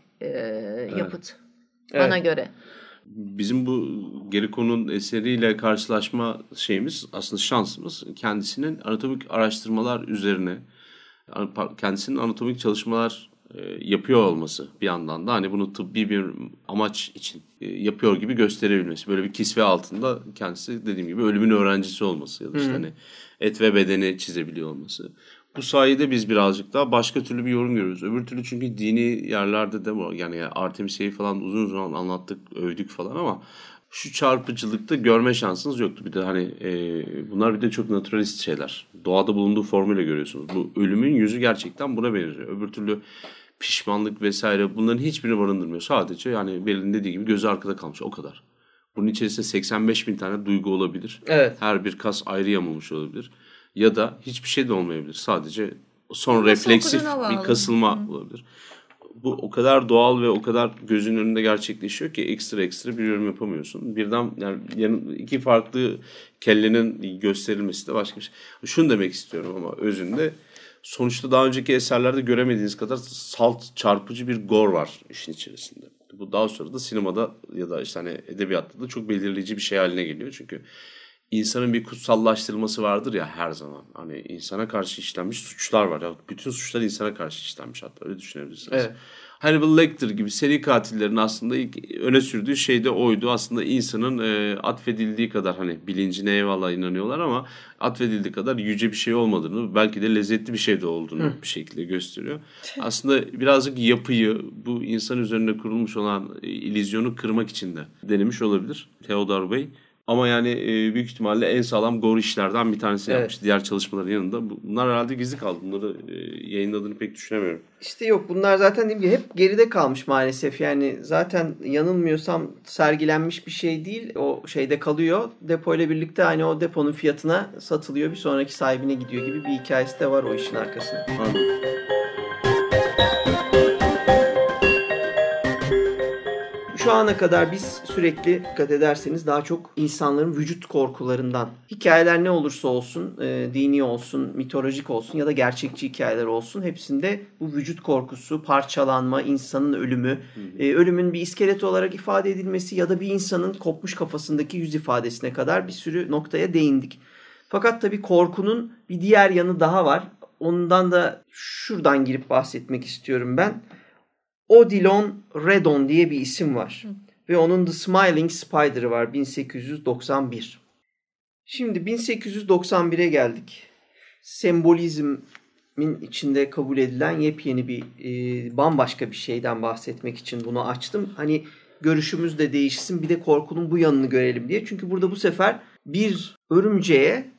yapıt bana göre. Bizim bu Gerico'nun eseriyle karşılaşma şeyimiz aslında şansımız kendisinin anatomik araştırmalar üzerine kendisinin anatomik çalışmalar yapıyor olması bir yandan da hani bunu tıbbi bir amaç için yapıyor gibi gösterebilmesi. Böyle bir kisve altında kendisi dediğim gibi ölümün öğrencisi olması ya da işte hani et ve bedeni çizebiliyor olması. Bu sayede biz birazcık daha başka türlü bir yorum görüyoruz. Öbür türlü çünkü dini yerlerde de yani Artemis'i falan uzun uzun anlattık, övdük falan ama şu çarpıcılıkta görme şansınız yoktu. Bir de hani bunlar bir de çok naturalist şeyler. Doğada bulunduğu formuyla görüyorsunuz. Bu ölümün yüzü gerçekten buna benziyor. Öbür türlü pişmanlık vesaire bunların hiçbirini barındırmıyor. Sadece yani Beril'in dediği gibi gözü arkada kalmış o kadar. Bunun içerisinde 85 bin tane duygu olabilir. Evet. Her bir kas ayrı yamulmuş olabilir. Ya da hiçbir şey de olmayabilir. Sadece son refleksif bir kasılma olabilir. Bu o kadar doğal ve o kadar gözün önünde gerçekleşiyor ki ekstra bir yorum yapamıyorsun. Birden yani iki farklı kellenin gösterilmesi de başka bir şey. Şunu demek istiyorum ama özünde sonuçta daha önceki eserlerde göremediğiniz kadar salt, çarpıcı bir gore var işin içerisinde. Bu daha sonra da sinemada ya da işte hani edebiyatta da çok belirleyici bir şey haline geliyor. Çünkü insanın bir kutsallaştırılması vardır ya her zaman. Hani insana karşı işlenmiş suçlar var. Ya bütün suçlar insana karşı işlenmiş hatta öyle düşünebilirsiniz. Evet. Hannibal Lecter gibi seri katillerin aslında ilk öne sürdüğü şey de oydu. Aslında insanın atfedildiği kadar hani bilincine eyvallah inanıyorlar ama atfedildiği kadar yüce bir şey olmadığını belki de lezzetli bir şey de olduğunu bir şekilde gösteriyor. Aslında birazcık yapıyı bu insan üzerine kurulmuş olan illüzyonu kırmak için de denemiş olabilir Theodore Bey. Ama yani büyük ihtimalle en sağlam gore işlerden bir tanesi yapmış. Diğer çalışmaların yanında. Bunlar herhalde gizli kaldı. Bunları yayınladığını pek düşünemiyorum. İşte yok bunlar zaten dediğim gibi hep geride kalmış maalesef. Yani zaten yanılmıyorsam sergilenmiş bir şey değil. O şeyde kalıyor. Depoyla birlikte hani o deponun fiyatına satılıyor. Bir sonraki sahibine gidiyor gibi bir hikayesi de var o işin arkasında. Anladım. Şu ana kadar biz sürekli dikkat ederseniz daha çok insanların vücut korkularından, hikayeler ne olursa olsun, dini olsun, mitolojik olsun ya da gerçekçi hikayeler olsun, hepsinde bu vücut korkusu, parçalanma, insanın ölümü, ölümün bir iskelet olarak ifade edilmesi ya da bir insanın kopmuş kafasındaki yüz ifadesine kadar bir sürü noktaya değindik. Fakat tabii korkunun bir diğer yanı daha var. Ondan da şuradan girip bahsetmek istiyorum ben. Odilon Redon diye bir isim var. Ve onun The Smiling Spider'ı var 1891. Şimdi 1891'e geldik. Sembolizmin içinde kabul edilen yepyeni bir bambaşka bir şeyden bahsetmek için bunu açtım. Hani görüşümüz de değişsin, bir de korkunun bu yanını görelim diye. Çünkü burada bu sefer bir örümceğe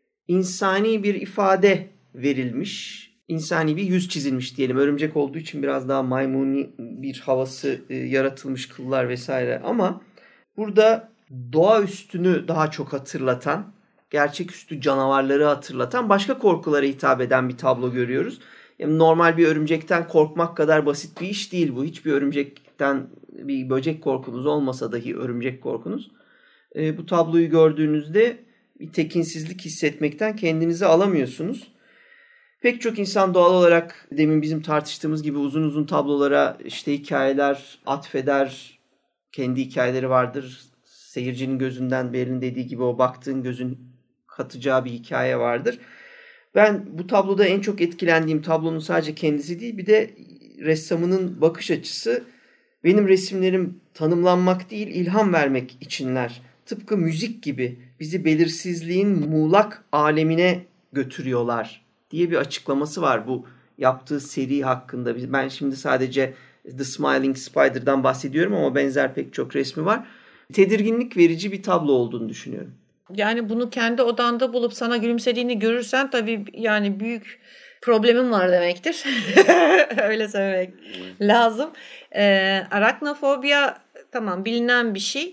insani bir ifade verilmiş. İnsani bir yüz çizilmiş diyelim. Örümcek olduğu için biraz daha maymuni bir havası yaratılmış, kıllar vesaire. Ama burada doğaüstünü daha çok hatırlatan, gerçeküstü canavarları hatırlatan, başka korkulara hitap eden bir tablo görüyoruz. Yani normal bir örümcekten korkmak kadar basit bir iş değil bu. Hiçbir örümcekten bir böcek korkunuz olmasa dahi örümcek korkunuz. Bu tabloyu gördüğünüzde bir tekinsizlik hissetmekten kendinizi alamıyorsunuz. Pek çok insan doğal olarak demin bizim tartıştığımız gibi uzun uzun tablolara işte hikayeler atfeder. Kendi hikayeleri vardır. Seyircinin gözünden Beril'in dediği gibi o baktığın gözün katacağı bir hikaye vardır. Ben bu tabloda en çok etkilendiğim tablonun sadece kendisi değil, bir de ressamının bakış açısı. Benim resimlerim tanımlanmak değil, ilham vermek içinler. Tıpkı müzik gibi bizi belirsizliğin muğlak alemine götürüyorlar diye bir açıklaması var bu yaptığı seri hakkında. Ben şimdi sadece The Smiling Spider'dan bahsediyorum ama benzer pek çok resmi var. Tedirginlik verici bir tablo olduğunu düşünüyorum. Yani bunu kendi odanda bulup sana gülümsediğini görürsen tabii yani büyük problemin var demektir. Öyle söylemek lazım. Araknofobia tamam bilinen bir şey.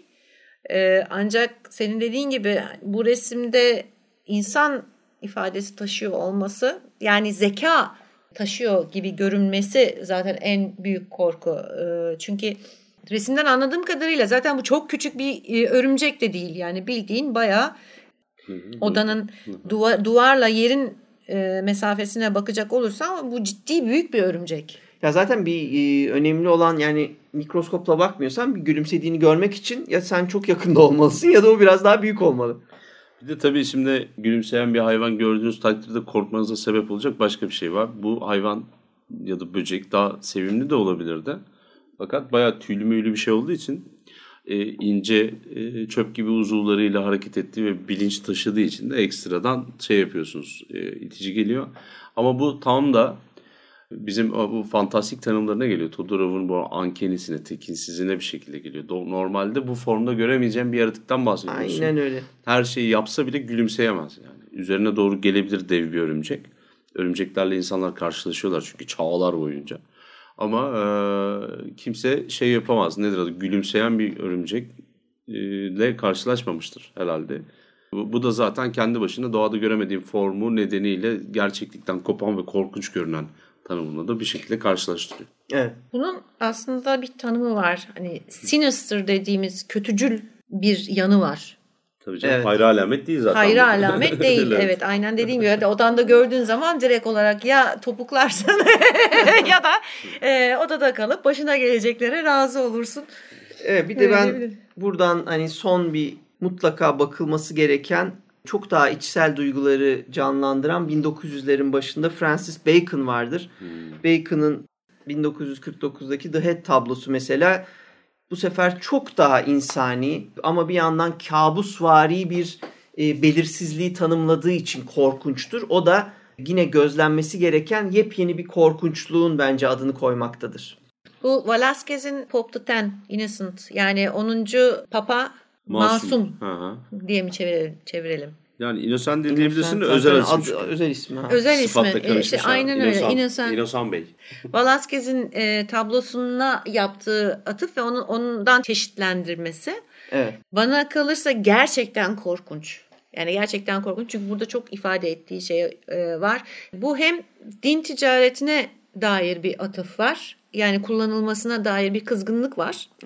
Ancak senin dediğin gibi bu resimde insan ifadesi taşıyor olması, yani zeka taşıyor gibi görünmesi zaten en büyük korku. Çünkü resimden anladığım kadarıyla zaten bu çok küçük bir örümcek de değil. Yani bildiğin bayağı odanın duvarla yerin mesafesine bakacak olursan bu ciddi büyük bir örümcek. Ya zaten bir önemli olan, yani mikroskopla bakmıyorsan bir gülümsediğini görmek için ya sen çok yakında olmalısın ya da o biraz daha büyük olmalı. Bir de tabii şimdi gülümseyen bir hayvan gördüğünüz takdirde korkmanıza sebep olacak başka bir şey var. Bu hayvan ya da böcek daha sevimli de olabilirdi. Fakat bayağı tüylü müylü bir şey olduğu için ince çöp gibi uzuvlarıyla hareket ettiği ve bilinç taşıdığı için de ekstradan şey yapıyorsunuz, itici geliyor. Ama bu tam da bizim bu fantastik tanımlarına geliyor. Todorov'un bu ankenisine, tekinsizine bir şekilde geliyor. Normalde bu formda göremeyeceğim bir yaratıktan bahsediyorsun. Aynen öyle. Her şeyi yapsa bile gülümseyemez yani. Üzerine doğru gelebilir dev bir örümcek. Örümceklerle insanlar karşılaşıyorlar çünkü çağlar boyunca. Ama kimse şey yapamaz. Nedir adı? Gülümseyen bir örümcekle karşılaşmamıştır herhalde. Bu da zaten kendi başına doğada göremediğim formu nedeniyle gerçeklikten kopan ve korkunç görünen tanımını da bir şekilde karşılaştırıyor. Evet. Bunun aslında bir tanımı var. Hani sinister dediğimiz kötücül bir yanı var. Tabii canım, evet. Hayra alamet değil zaten. Hayra alamet değil. Evet, aynen dediğim gibi. Odanda gördüğün zaman direkt olarak ya topuklarsın ya da odada kalıp başına geleceklere razı olursun. Evet, bir de ben buradan hani son bir mutlaka bakılması gereken, çok daha içsel duyguları canlandıran 1900'lerin başında Francis Bacon vardır. Bacon'ın 1949'daki The Head tablosu mesela bu sefer çok daha insani ama bir yandan kabusvari bir belirsizliği tanımladığı için korkunçtur. O da yine gözlenmesi gereken yepyeni bir korkunçluğun bence adını koymaktadır. Bu Velázquez'in Pope the Ten, Innocent, yani 10. Papa Masum diye mi çevirelim? Yani Innocent diyebilirsin, özel ismi. Özel ismi. Özel ismi. İşte aynen öyle. Innocent Bey. Velázquez'in tablosuna yaptığı atıf ve ondan çeşitlendirmesi. Evet. Bana kalırsa gerçekten korkunç. Yani gerçekten korkunç. Çünkü burada çok ifade ettiği şey var. Bu hem din ticaretine dair bir atıf var. Yani kullanılmasına dair bir kızgınlık var. Evet.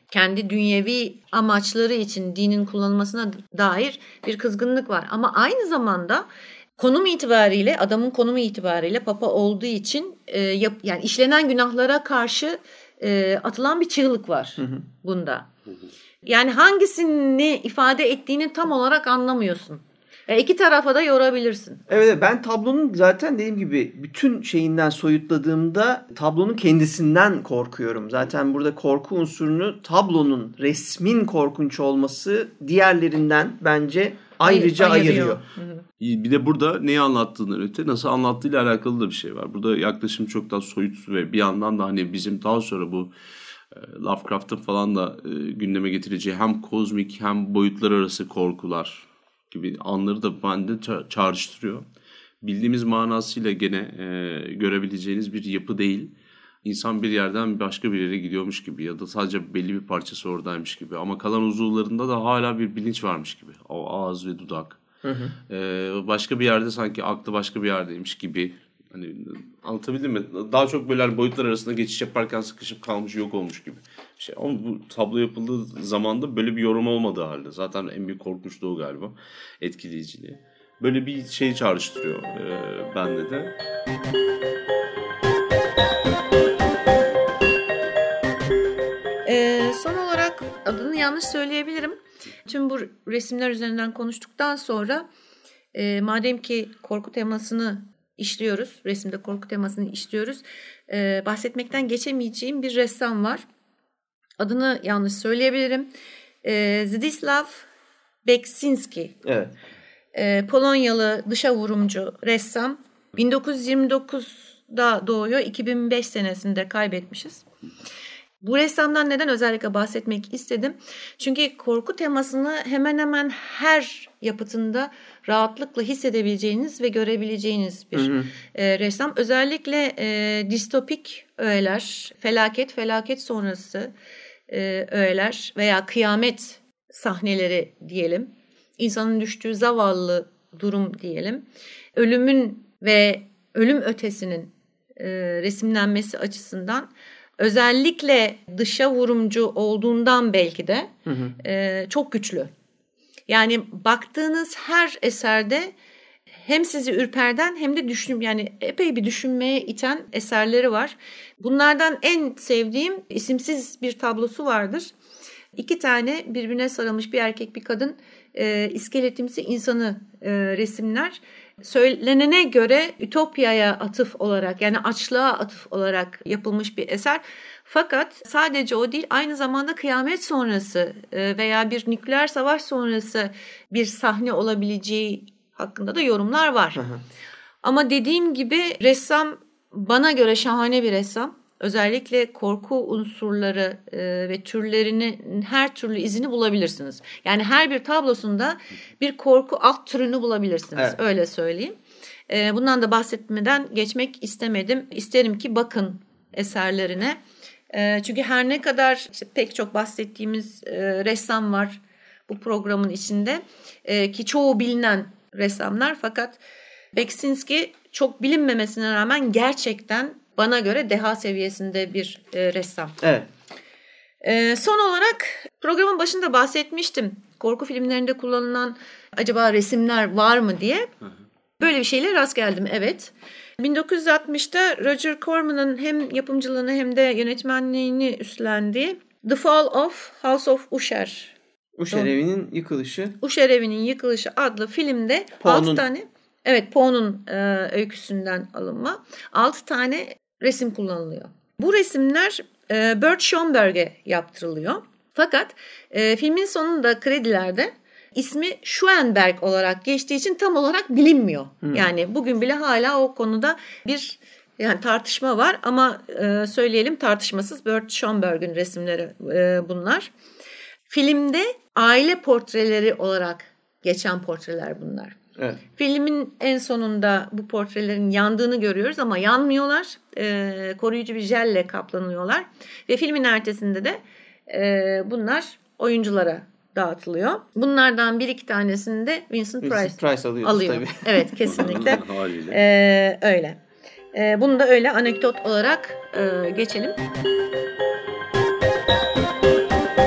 kendi dünyevi amaçları için dinin kullanılmasına dair bir kızgınlık var. Ama aynı zamanda konum itibariyle, adamın konumu itibariyle Papa olduğu için yani işlenen günahlara karşı atılan bir çığlık var bunda. Yani hangisini ifade ettiğini tam olarak anlamıyorsun. İki tarafa da yorabilirsin. Evet, ben tablonun zaten dediğim gibi bütün şeyinden soyutladığımda tablonun kendisinden korkuyorum. Zaten burada korku unsurunu tablonun, resmin korkunç olması diğerlerinden bence ayrıca ayırıyor. Bir de burada neyi anlattığından öte nasıl anlattığıyla alakalı da bir şey var. Burada yaklaşım çok daha soyut ve bir yandan da hani bizim daha sonra bu Lovecraft'ın falan da gündeme getireceği hem kozmik hem boyutlar arası korkular gibi anları da bende çağrıştırıyor. Bildiğimiz manasıyla gene görebileceğiniz bir yapı değil. İnsan bir yerden başka bir yere gidiyormuş gibi ya da sadece belli bir parçası oradaymış gibi. Ama kalan uzuvlarında da hala bir bilinç varmış gibi. O ağız ve dudak. Başka bir yerde sanki aklı başka bir yerdeymiş gibi. Hani anlatabildim mi? Daha çok böyle boyutlar arasında geçiş yaparken sıkışıp kalmış, yok olmuş gibi bir şey. Ama bu tablo yapıldığı zamanda böyle bir yorum olmadığı halde. Zaten en büyük korkunçluğu o galiba. Etkileyiciliği. Böyle bir şey çağrıştırıyor bende de. Son olarak adını yanlış söyleyebilirim. Tüm bu resimler üzerinden konuştuktan sonra madem ki korku temasını işliyoruz, resimde korku temasını işliyoruz, bahsetmekten geçemeyeceğim bir ressam var. Adını yanlış söyleyebilirim. Zdzisław Beksinski. Evet. Polonyalı dışa vurumcu ressam. 1929'da doğuyor, 2005 senesinde kaybetmişiz. Bu ressamdan neden özellikle bahsetmek istedim? Çünkü korku temasını hemen hemen her yapıtında rahatlıkla hissedebileceğiniz ve görebileceğiniz bir ressam. Özellikle distopik öğeler, felaket sonrası öğeler veya kıyamet sahneleri diyelim. İnsanın düştüğü zavallı durum diyelim. Ölümün ve ölüm ötesinin resimlenmesi açısından özellikle dışa vurumcu olduğundan belki de çok güçlü. Yani baktığınız her eserde hem sizi ürperden hem de yani epey bir düşünmeye iten eserleri var. Bunlardan en sevdiğim isimsiz bir tablosu vardır. 2 tane birbirine sarılmış bir erkek bir kadın iskeletimsi insanı resimler. Söylenene göre Ütopya'ya atıf olarak, yani açlığa atıf olarak yapılmış bir eser. Fakat sadece o değil, aynı zamanda kıyamet sonrası veya bir nükleer savaş sonrası bir sahne olabileceği hakkında da yorumlar var. Ama dediğim gibi ressam bana göre şahane bir ressam. Özellikle korku unsurları ve türlerinin her türlü izini bulabilirsiniz. Yani her bir tablosunda bir korku alt türünü bulabilirsiniz. Evet. Öyle söyleyeyim. Bundan da bahsetmeden geçmek istemedim. İsterim ki bakın eserlerine. Çünkü her ne kadar işte pek çok bahsettiğimiz ressam var bu programın içinde. Ki çoğu bilinen ressamlar, fakat Beksinski çok bilinmemesine rağmen gerçekten bana göre deha seviyesinde bir ressam. Evet. Son olarak programın başında bahsetmiştim. Korku filmlerinde kullanılan acaba resimler var mı diye. Böyle bir şeyle rast geldim, evet. 1960'ta Roger Corman'ın hem yapımcılığını hem de yönetmenliğini üstlendiği The Fall of House of Usher. Usher evinin yıkılışı. Usher evinin yıkılışı adlı filmde 6 tane... Evet, Poe'nun öyküsünden alınma 6 tane resim kullanılıyor. Bu resimler Bert Schomburg'e yaptırılıyor. Fakat filmin sonunda kredilerde ismi Schoenberg olarak geçtiği için tam olarak bilinmiyor. Yani bugün bile hala o konuda bir tartışma var ama söyleyelim, tartışmasız Bert Schomburg'un resimleri bunlar. Filmde aile portreleri olarak geçen portreler bunlar. Evet. Filmin en sonunda bu portrelerin yandığını görüyoruz ama yanmıyorlar. Koruyucu bir jelle kaplanıyorlar. Ve filmin ertesinde de bunlar oyunculara dağıtılıyor. Bunlardan 1-2 tanesini de Vincent Price alıyor. Tabii. Evet, kesinlikle. Öyle. Bunu da öyle anekdot olarak geçelim.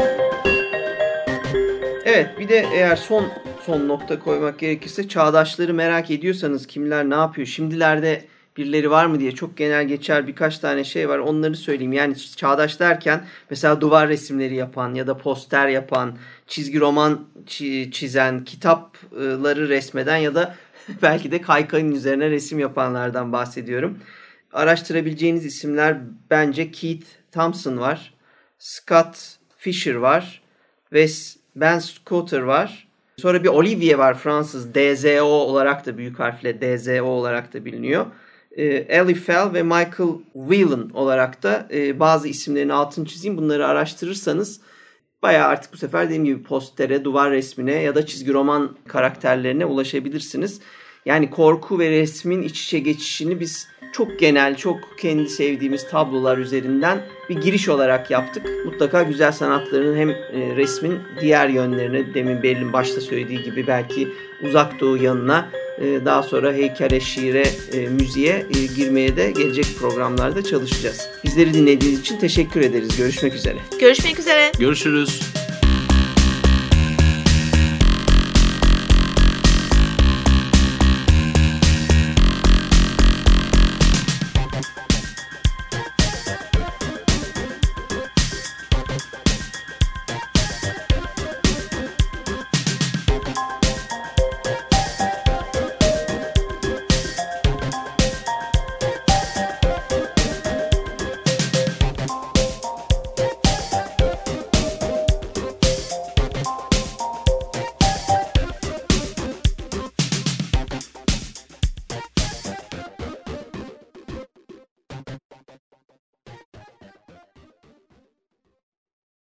Evet, bir de eğer son nokta koymak gerekirse çağdaşları merak ediyorsanız kimler ne yapıyor? Şimdilerde birileri var mı diye çok genel geçer birkaç tane şey var. Onları söyleyeyim. Yani çağdaş derken mesela duvar resimleri yapan ya da poster yapan, çizgi roman çizen, kitapları resmeden ya da belki de kaykayın üzerine resim yapanlardan bahsediyorum. Araştırabileceğiniz isimler bence Keith Thompson var, Scott Fisher var ve Ben Scooter var. Sonra bir Olivier var, Fransız, DZO olarak da büyük harfle DZO olarak da biliniyor. Ellie Fell ve Michael Whelan olarak da bazı isimlerin altını çizeyim. Bunları araştırırsanız bayağı artık bu sefer dediğim gibi postere, duvar resmine ya da çizgi roman karakterlerine ulaşabilirsiniz. Yani korku ve resmin iç içe geçişini biz çok genel, çok kendi sevdiğimiz tablolar üzerinden bir giriş olarak yaptık. Mutlaka güzel sanatların hem resmin diğer yönlerine, demin Berlin başta söylediği gibi belki Uzak Doğu yanına, daha sonra heykele, şiire, müziğe girmeye de gelecek programlarda çalışacağız. Bizleri dinlediğiniz için teşekkür ederiz. Görüşmek üzere. Görüşmek üzere. Görüşürüz.